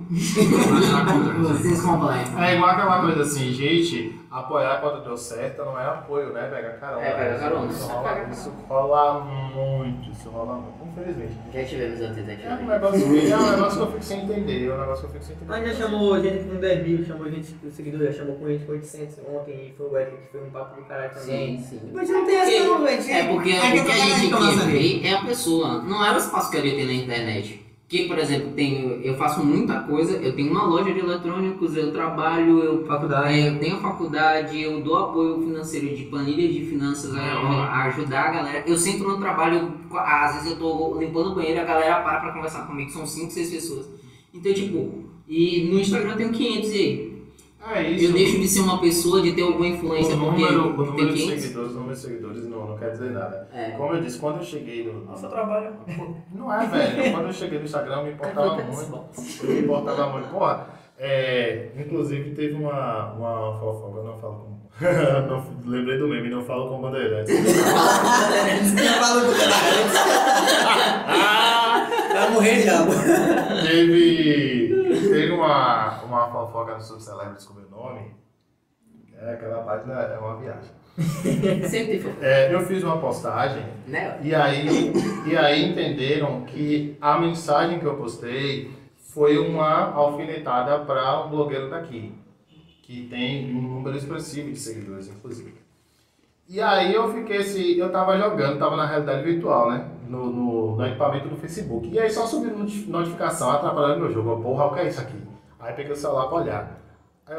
Vocês completam. É igual aquela coisa assim, gente, apoiar quando deu certo não é apoio, né? Pega carona. Pega carona. Isso rola muito, infelizmente. Já tivemos antes aqui. É um negócio que eu fico sem entender, A gente já chamou gente com 10 mil, chamou gente com seguidores, já chamou com gente com 800 ontem, e foi o Wesley que foi um papo do caralho também. Sim. Mas não tem essa não, velho. Porque o que a gente quer ver é a pessoa, não é o espaço que ele tem na internet. Que, por exemplo, eu faço muita coisa, eu tenho uma loja de eletrônicos, eu trabalho, eu tenho faculdade, eu dou apoio financeiro de planilhas de finanças, a ajudar a galera. Eu sento no trabalho, às vezes eu tô limpando o banheiro e a galera para conversar comigo, são 5, 6 pessoas. Então, tipo, e no Instagram eu tenho 500 e aí? Isso. Eu deixo de ser uma pessoa, de ter alguma influência, o porque número de seguidores não quer dizer nada. Como eu disse, quando eu cheguei no... Nossa, trabalho. Não é, velho. Quando eu cheguei no Instagram, eu me importava muito. Porra, inclusive teve uma fofoca, eu não falo com... lembrei do meme, não falo com bandeirantes. Não falo com bandeirantes. Vai morrer já. Teve uma fofoca sobre Celebrities com meu nome. Aquela página é uma viagem. Sempre foi. Eu fiz uma postagem, né? e aí entenderam que a mensagem que eu postei foi uma alfinetada para um blogueiro daqui, que tem um número expressivo de seguidores, inclusive. E aí eu tava jogando, tava na realidade virtual, né? No equipamento do Facebook. E aí só subiu notificação atrapalhando meu jogo. Porra, o que é isso aqui? Aí peguei o celular pra olhar. Aí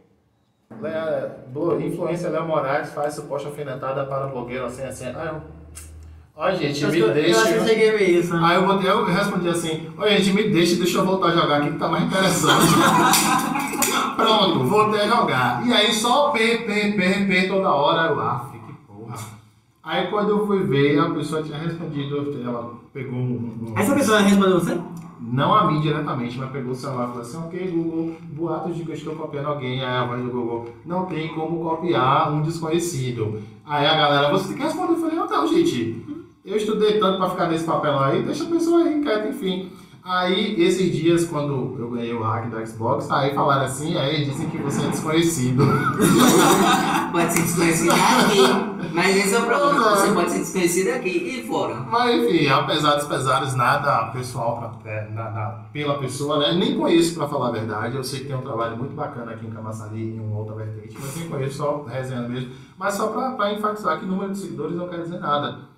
influência Léo Moraes faz suposta alfinetada para o blogueiro assim. Aí ó, gente, me deixa. Eu acho que eu cheguei a ver isso. Aí eu respondi assim: ó, gente, me deixa eu voltar a jogar aqui que tá mais interessante. Pronto, voltei a jogar. E aí só P toda hora. Eu, que porra. Aí quando eu fui ver, a pessoa tinha respondido, ela pegou Essa pessoa respondeu você? não a mim diretamente, mas pegou o celular e falou assim, ok, Google, boatos de que eu estou copiando alguém. Aí a voz do Google, não tem como copiar um desconhecido. Aí a galera, você tem que responder. Eu falei, não, gente, eu estudei tanto para ficar nesse papel aí, deixa a pessoa aí, quieta, enfim. Aí, esses dias, quando eu ganhei o hack do Xbox, aí falaram assim, aí dizem que você é desconhecido. Pode ser desconhecido aqui, mas esse é o problema, você pode ser desconhecido aqui e fora. Mas enfim, apesar dos pesares, nada pessoal pela pessoa, né? Nem conheço, pra falar a verdade. Eu sei que tem um trabalho muito bacana aqui em Camaçari, em uma outra vertente, mas nem conheço, só resenhando mesmo. Mas só pra enfatizar que o número de seguidores não quer dizer nada.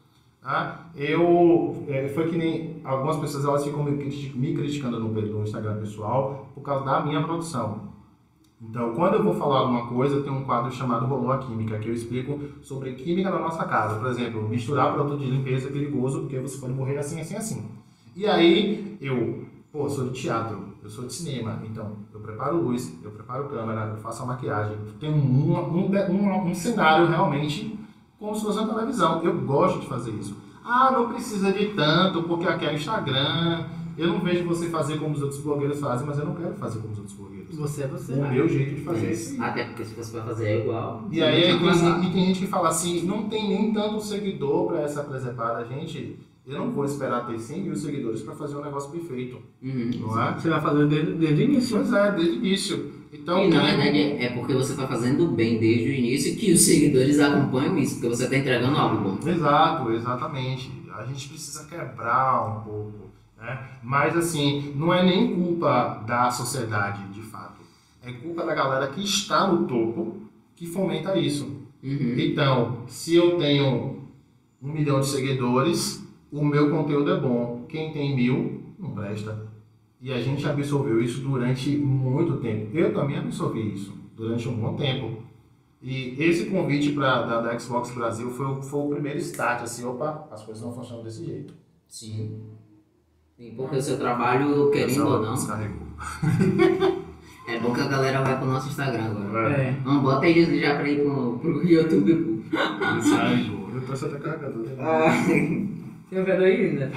Foi que nem algumas pessoas elas ficam me criticando no Instagram pessoal por causa da minha produção. Então, quando eu vou falar alguma coisa, tem um quadro chamado Rolou a Química, que eu explico sobre química na nossa casa. Por exemplo, misturar produto de limpeza é perigoso porque você pode morrer assim, assim, assim. E aí, eu sou de teatro, eu sou de cinema, então eu preparo luz, eu preparo câmera, eu faço a maquiagem. Tem um cenário realmente como se fosse uma televisão. Eu gosto de fazer isso. Não precisa de tanto, porque aqui é o Instagram. Eu não vejo você fazer como os outros blogueiros fazem, mas eu não quero fazer como os outros blogueiros. Você é você. O meu jeito de fazer isso. Até porque se você vai fazer é igual. E aí tem gente que fala assim, não tem nem tanto seguidor para essa presepada. Gente, eu não vou esperar ter 100 mil seguidores para fazer um negócio perfeito. Não é? Você vai fazer desde o início. Pois é, desde o início. Então, E na verdade é porque você está fazendo bem desde o início que os seguidores acompanham isso, porque você está entregando algo bom. Exato, exatamente. A gente precisa quebrar um pouco, né? Mas assim, não é nem culpa da sociedade, de fato. É culpa da galera que está no topo que fomenta isso. Então, se eu tenho 1 milhão de seguidores, o meu conteúdo é bom. Quem tem 1000, não presta. E a gente absorveu isso durante muito tempo. Eu também absorvi isso durante um bom tempo. E esse convite da Xbox Brasil foi o primeiro start, assim, as coisas não funcionam desse jeito. Sim. E porque o seu trabalho, querendo ou não, Descarregou. é bom que a galera vai pro nosso Instagram agora. É. Não, bota aí já pra ir pro YouTube. Descarregou. Eu tô até carregador. Tem um velho aí, né?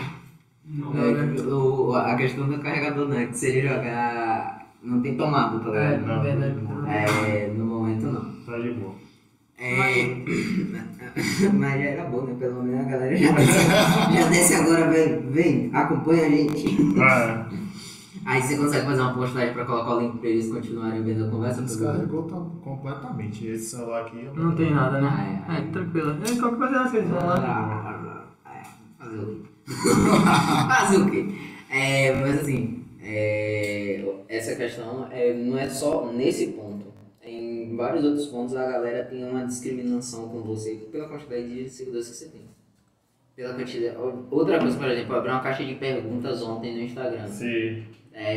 A questão do carregador, né? Que seria jogar. Não tem tomada, tá ligado? Não, verdade. No momento não. Tá de boa. Mas já era bom, né? Pelo menos a galera já desce agora, vem, acompanha a gente. Aí você consegue fazer uma postagem pra colocar o link pra eles continuarem vendo a conversa? Descarregou completamente. Esse celular aqui... Não tem nada, né? Tranquilo. Qualquer coisa vocês vão lá. Fazer o quê? Fazer o quê? Mas assim, essa questão não é só nesse ponto. Em vários outros pontos a galera tem uma discriminação com você pela quantidade de seguidores que você tem. Pela quantidade... Outra coisa, por exemplo, eu abri uma caixa de perguntas ontem no Instagram. Sim.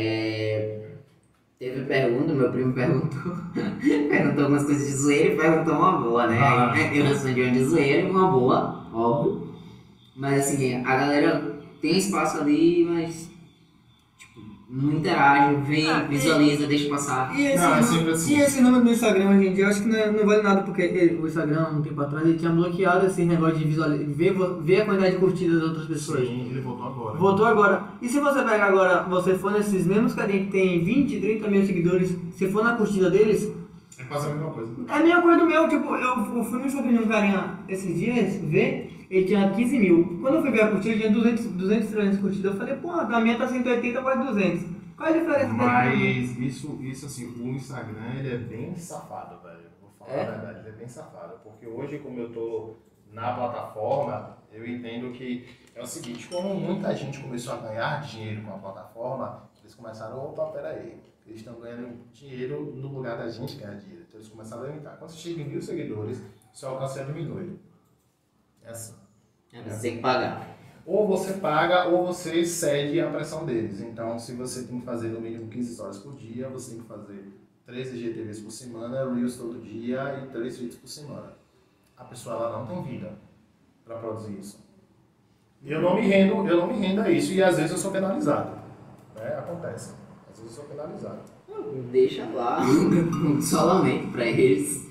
Teve pergunta, meu primo perguntou algumas coisas de zoeira e perguntou uma boa, né? Eu respondi uma de zoeira e uma boa, óbvio. Mas assim, a galera tem espaço ali, mas tipo, não interage, vem, visualiza, deixa passar. E esse número do Instagram hoje em dia, eu acho que não vale nada, porque o Instagram, um tempo atrás, ele tinha bloqueado esse negócio de ver a quantidade de curtidas das outras pessoas. Sim, ele voltou agora. Voltou agora. E se você pegar agora, você for nesses mesmos carinha que tem 20, 30 mil seguidores, se for na curtida deles... É quase a mesma coisa. É a mesma coisa do meu, tipo, eu fui no Instagram de um carinha esses dias, ver, ele tinha 15 mil. Quando eu fui ver a curtida, ele tinha 200, 300 curtidas. Eu falei, pô, a minha tá 180, quase 200. Qual a diferença? Mas isso assim, o Instagram, ele é bem safado, velho. Vou falar a verdade, ele é bem safado. Porque hoje, como eu tô na plataforma, eu entendo que é o seguinte, como muita gente começou a ganhar dinheiro com a plataforma, eles começaram, opa, peraí, eles estão ganhando dinheiro no lugar da gente ganhar dinheiro. Então eles começaram a limitar. Quando você chega em 1000 seguidores, seu alcance diminui. É assim. Você tem que pagar. Ou você paga ou você cede à pressão deles. Então, se você tem que fazer no mínimo 15 stories por dia, você tem que fazer 13 IGTVs por semana, Reels todo dia e 3 vídeos por semana. A pessoa ela não tem vida para produzir isso. E eu não me rendo a isso. E às vezes eu sou penalizado. Né? Acontece. Às vezes eu sou penalizado. Deixa lá, solamente pra eles.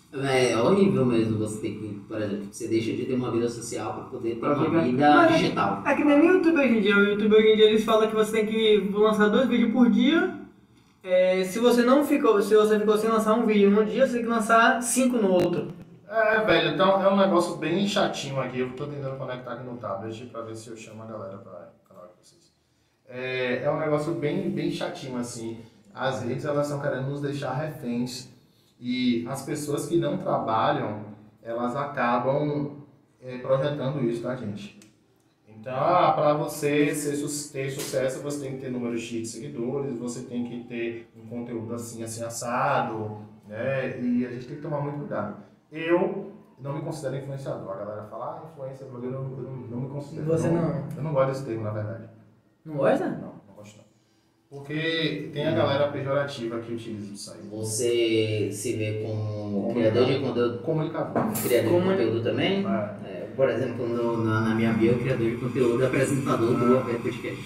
É horrível mesmo você ter que, por exemplo, você deixa de ter uma vida social para poder ter Pra uma ficar- vida Mas digital. É que nem no YouTube hoje em dia. O YouTube hoje em dia eles falam que você tem que lançar 2 vídeos por dia. Se você ficou sem lançar um vídeo num dia, você tem que lançar 5 no outro. É, velho, então é um negócio bem chatinho aqui. Eu tô tentando conectar aqui no tablet pra ver se eu chamo a galera pra canal de vocês. É um negócio bem chatinho, assim. As redes, elas estão querendo nos deixar reféns. E as pessoas que não trabalham, elas acabam projetando isso na gente. Então, para você ter sucesso, você tem que ter número X de seguidores, você tem que ter um conteúdo assim assado, né? E a gente tem que tomar muito cuidado. Eu não me considero influenciador. A galera fala, influência, eu não me considero. Você não? Eu não gosto desse termo, na verdade. Não gosta? Não gosto não. Porque tem a galera pejorativa que utiliza isso aí. Você se vê como criador de conteúdo, Comunicador. criador de conteúdo também? Por exemplo, na minha bio, criador de conteúdo, apresentador do APR Podcast.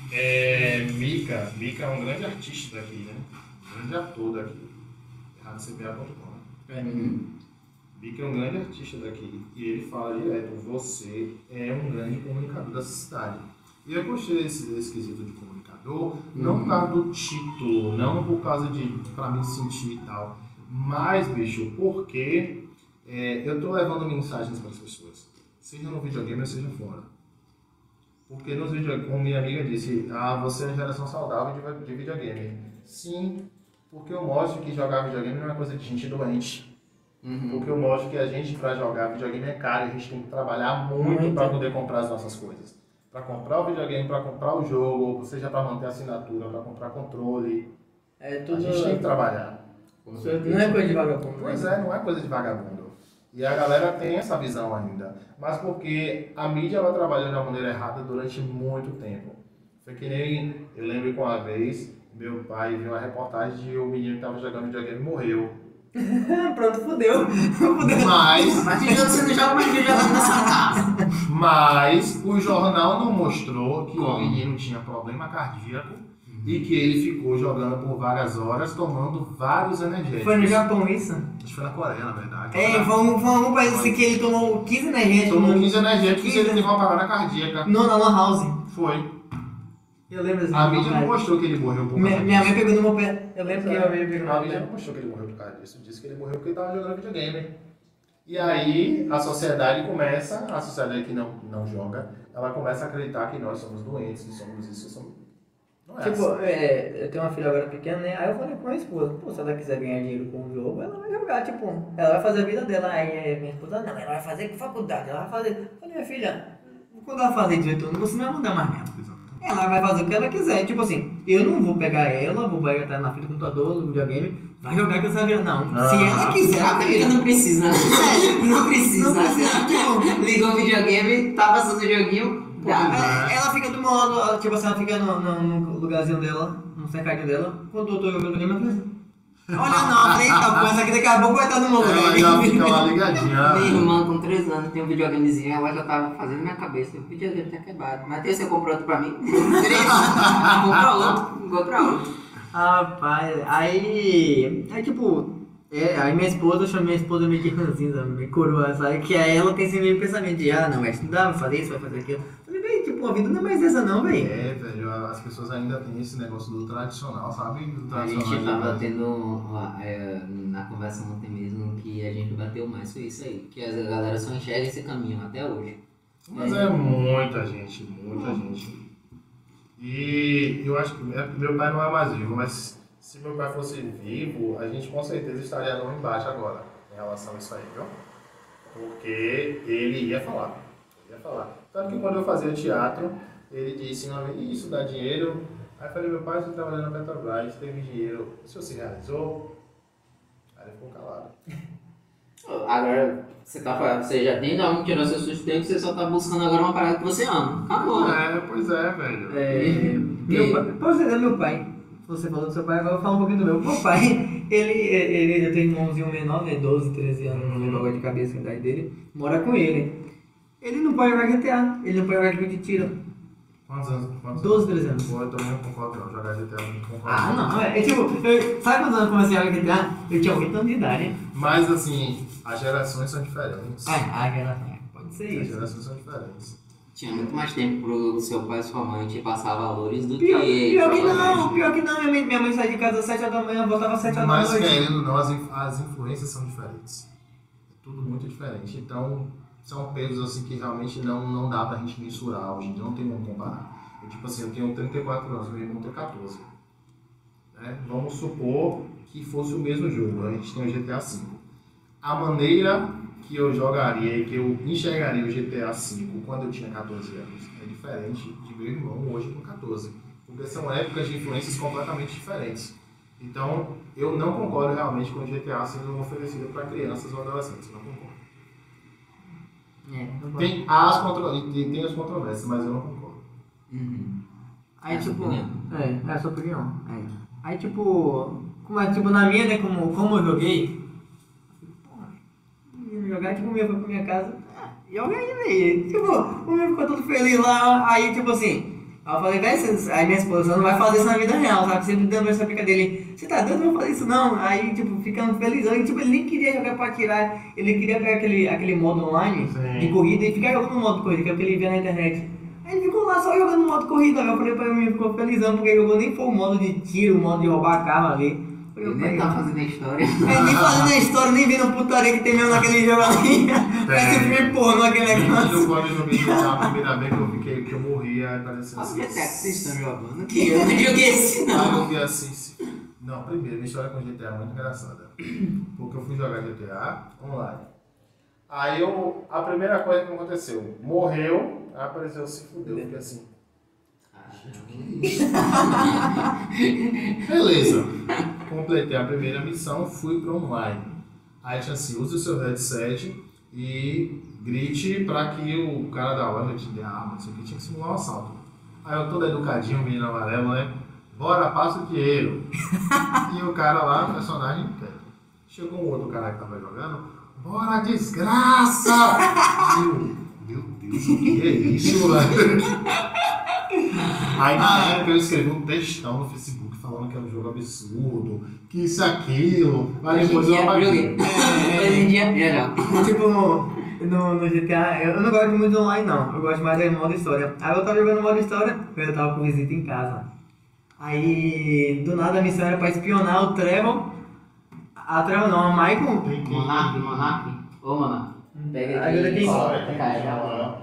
Mika é um grande artista daqui, né? Um grande ator daqui. RadioCBA.com. Mika é um grande artista daqui. E ele fala direto, você é um grande comunicador dessa cidade. E eu gostei desse quesito de comunicador, não por causa do título, não por causa de pra me sentir e tal, mas, bicho, porque eu tô levando mensagens para as pessoas, seja no videogame ou seja fora. Porque nos videogames, como minha amiga disse, você é a geração saudável de videogame. Sim, porque eu mostro que jogar videogame não é coisa de gente doente. Porque eu mostro que a gente, para jogar videogame, é caro, a gente tem que trabalhar muito para poder comprar as nossas coisas. Para comprar o videogame, para comprar o jogo, seja para manter a assinatura, para comprar controle. Tudo... A gente tem que trabalhar. Não é coisa de vagabundo. Pois é, não é coisa de vagabundo. E a galera tem essa visão ainda. Mas porque a mídia ela trabalhou de uma maneira errada durante muito tempo. Foi que nem, eu lembro que uma vez, meu pai viu uma reportagem de um menino que estava jogando videogame e morreu. Pronto, fudeu. Mas... A partir de hoje você não joga mais videogame na sua casa. Mas o jornal não mostrou que o menino tinha problema cardíaco e que ele ficou jogando por várias horas, tomando vários energéticos. Foi no Japão isso? Acho que foi na Coreia, na verdade. Foi um país assim que ele tomou 15 energéticos. Tomou 15 energéticos e ele teve uma parada cardíaca. Na Lan House. Foi. Eu lembro assim. A mídia não mostrou que ele morreu por causa Minha mãe disso. pegou no meu pé. Eu lembro que minha mãe pegou no A meu mídia pé. não mostrou que ele morreu por causa disso. Disse que ele morreu porque ele estava jogando videogame. E aí a sociedade que não joga, ela começa a acreditar que nós somos doentes, que somos isso, que somos... Não é Tipo, assim. eu tenho uma filha agora pequena, né? Aí eu falei com a minha esposa, pô, se ela quiser ganhar dinheiro com o jogo, ela vai jogar, tipo, ela vai fazer a vida dela. Aí minha esposa, não, ela vai fazer com faculdade, ela vai fazer. Eu falei, minha filha, quando ela fazer 18 anos, você não vai mandar mais nela. Ela vai fazer o que ela quiser, tipo assim, eu não vou pegar ela, vou pegar ela na frente do computador, no videogame, vai jogar com essa vida, não. Se ela quiser, ela Até que não precisa. Não precisa. Ligou o videogame, tá passando o joguinho. Ela fica do modo, tipo assim, ela fica no lugarzinho dela, no cercadinho dela, quando eu tô jogando videogame, ela fica assim. Olha não, falei, tá, pô, essa aqui daqui a pouco vai estar no meu lugar. Ela já fica lá ligadinha. Minha irmã com 3 anos tem um videogamezinho, ela já tava fazendo minha cabeça. O videogame tá quebrado. Matheus, você comprou outro pra mim? 3 anos. Comprou outro. Rapaz, aí tipo, aí minha esposa, eu chamo minha esposa meio de ranzinza, meio coroa, sabe? Que aí ela tem esse meio pensamento de, não, vai estudar, vai fazer isso, vai fazer aquilo. Eu falei, velho, tipo, a vida não é mais essa não, velho. Velho, as pessoas ainda têm esse negócio do tradicional, sabe? Do A gente tradicional. tava tendo na conversa ontem mesmo que a gente bateu mais com isso aí. Que a galera só enxerga esse caminho até hoje. Mas é muita gente, muita gente. E eu acho que meu pai não é mais vivo, mas se meu pai fosse vivo, a gente com certeza estaria no embate agora em relação a isso aí, viu? Porque ele ia falar. Tanto que quando eu fazia teatro, ele disse uma vez, isso dá dinheiro. Aí eu falei, meu pai está trabalhando na Petrobras, teve dinheiro, o senhor se realizou? Aí ele ficou calado. Agora, você já tem de onde tirar seu sustento, você só tá buscando agora uma parada que você ama. Acabou. Pois é, velho. Meu pai, você falou do seu pai, agora eu vou falar um pouquinho do meu. Meu pai, ele já tem um irmãozinho menor, né, 12, 13 anos, não lembro agora de cabeça a idade dele, mora com ele. Ele não pode jogar GTA, ele não pode jogar jogo de tiro. Quantos anos? 12, 13 anos. Pô, eu também não concordo não, jogar GTA eu não concordo. Ah, não, sabe quantos anos eu comecei a jogar GTA? Eu tinha 8 anos de idade. Mas assim, as gerações são diferentes. A geração, pode ser As isso. gerações são diferentes. Tinha muito mais tempo pro seu pai e sua mãe te passar valores do Pior que provavelmente. não, minha mãe saía de casa às 7 horas da manhã, voltava às 7 horas Mas da noite. querendo ou não, as influências são diferentes. É tudo muito diferente. Então, são pesos assim que realmente não dá pra gente mensurar hoje, não tem como comparar. Eu, tipo assim, eu tenho 34 anos, meu irmão tem 14. Né? Vamos supor que fosse o mesmo jogo, a gente tem o GTA V. A maneira que eu jogaria e que eu enxergaria o GTA V quando eu tinha 14 anos é diferente de meu irmão hoje com 14. Porque são épocas de influências completamente diferentes. Então, eu não concordo realmente com o GTA sendo oferecido para crianças ou adolescentes. Não concordo. Tem as controvérsias, mas eu não concordo. Uhum. Aí, Essa tipo, opinião. é a sua opinião. É. Aí, tipo, na minha, né, como eu joguei, porra, jogar, tipo, o meu foi pra minha casa, joga aí, velho. Tipo, o meu ficou todo feliz lá, aí, tipo assim, aí eu falei, velho, aí minha esposa não vai fazer isso na vida real, sabe? Sempre dando essa brincadeira dele, você tá doido, não vou fazer isso não. Aí, tipo, ficando felizão, e, tipo, ele nem queria jogar pra tirar, ele queria pegar aquele modo online Sim. de corrida e ficar jogando no modo de corrida, que é o que ele via na internet. Aí ele ficou lá só jogando no modo corrida, eu falei pra mim, ficou felizão, porque jogou nem foi o modo de tiro, o modo de roubar carro ali. Ele nem tá fazendo a história. É, nem fazendo a história, nem vendo a putaria que tem mesmo naquele jogo ali. Parece filme porno aquele negócio. Quando eu joguei GTA a primeira vez que eu morria, aí parecia Olha o assim. GTA que vocês estão jogando, que eu não joguei esse Aí não. eu vi assim. Não, primeiro, minha história com GTA é muito engraçada. Porque eu fui jogar GTA online. Aí a primeira coisa que aconteceu, morreu, aí apareceu, se fudeu, eu fiquei assim. Beleza. Completei a primeira missão, fui pro online. Aí tinha assim, use o seu headset e grite pra que o cara da loja te dê a arma, não sei o que, tinha que simular um assalto. Aí eu todo educadinho, menino amarelo, né? Bora, passa o dinheiro. E o cara lá, o personagem, chegou um outro cara que tava jogando, bora, desgraça! Meu Deus, o que é isso, velho? Aí na época eu escrevi um textão no Facebook falando que era um jogo absurdo, que isso e aquilo, mas depois eu apaguei. Hoje em dia, já. Tipo, no GTA, eu não gosto muito do online não, eu gosto mais do modo história. Aí eu tava jogando modo história, eu tava com visita em casa. Aí, do nada a missão era pra espionar o Trevor. A Trevor não, a Michael. Monark. Ô, Monark. Pega aqui. Ajuda quem? Carrega.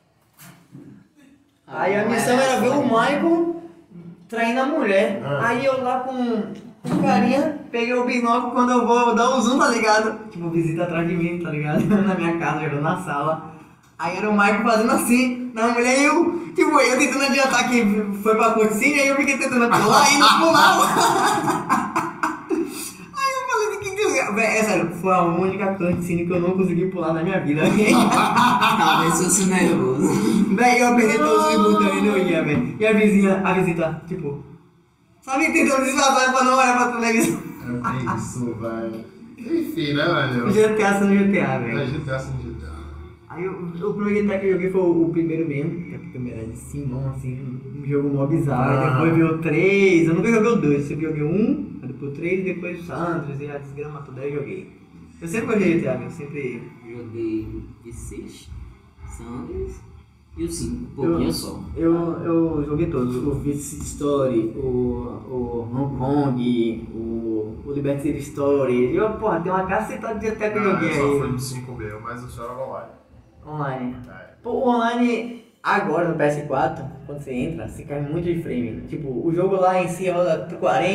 Aí a missão era ver o Michael traindo a mulher. Aí eu lá com carinha, peguei o binóculo quando eu vou dar um zoom, tá ligado? Tipo, visita atrás de mim, tá ligado? Na minha casa, jogando na sala. Aí era o Michael fazendo assim, na mulher e eu tentando adiantar que foi pra cutscene, aí eu fiquei tentando pular e não pulava. Aí eu falei, que desgraça. Véi, é sério, foi a única cutscene que eu não consegui pular na minha vida. Talvez fosse nervoso. Véi, eu apertei todos os botões e não ia, véi. E a visita, tipo, sabe, tentando disfarçar pra não olhar pra televisão. É isso, velho. Enfim, né, velho? GTA sendo GTA, É velho. GTA sem GTA. Aí o primeiro GTA que eu joguei foi o primeiro mesmo, que a primeira era de Simão, assim, um jogo mó bizarro. Aí depois veio o 3, eu nunca joguei o 2, sempre joguei o 1, aí depois o 3 e depois o Santos, e a desgrama toda aí eu joguei. Eu sempre gostei de GTA, eu sempre... Joguei o 6, Sanders e o 5, um pouquinho só. Eu joguei todos, o Vice Story, o Hong Kong, o Liberty City Story. Eu, porra, tem uma cacetada de GTA que eu joguei Só foi aí. no 5 meu, mas eu só jogo online. Online. É. Pô, o online, agora no PS4, quando você entra, você cai muito de frame. Tipo, o jogo lá em si roda 40.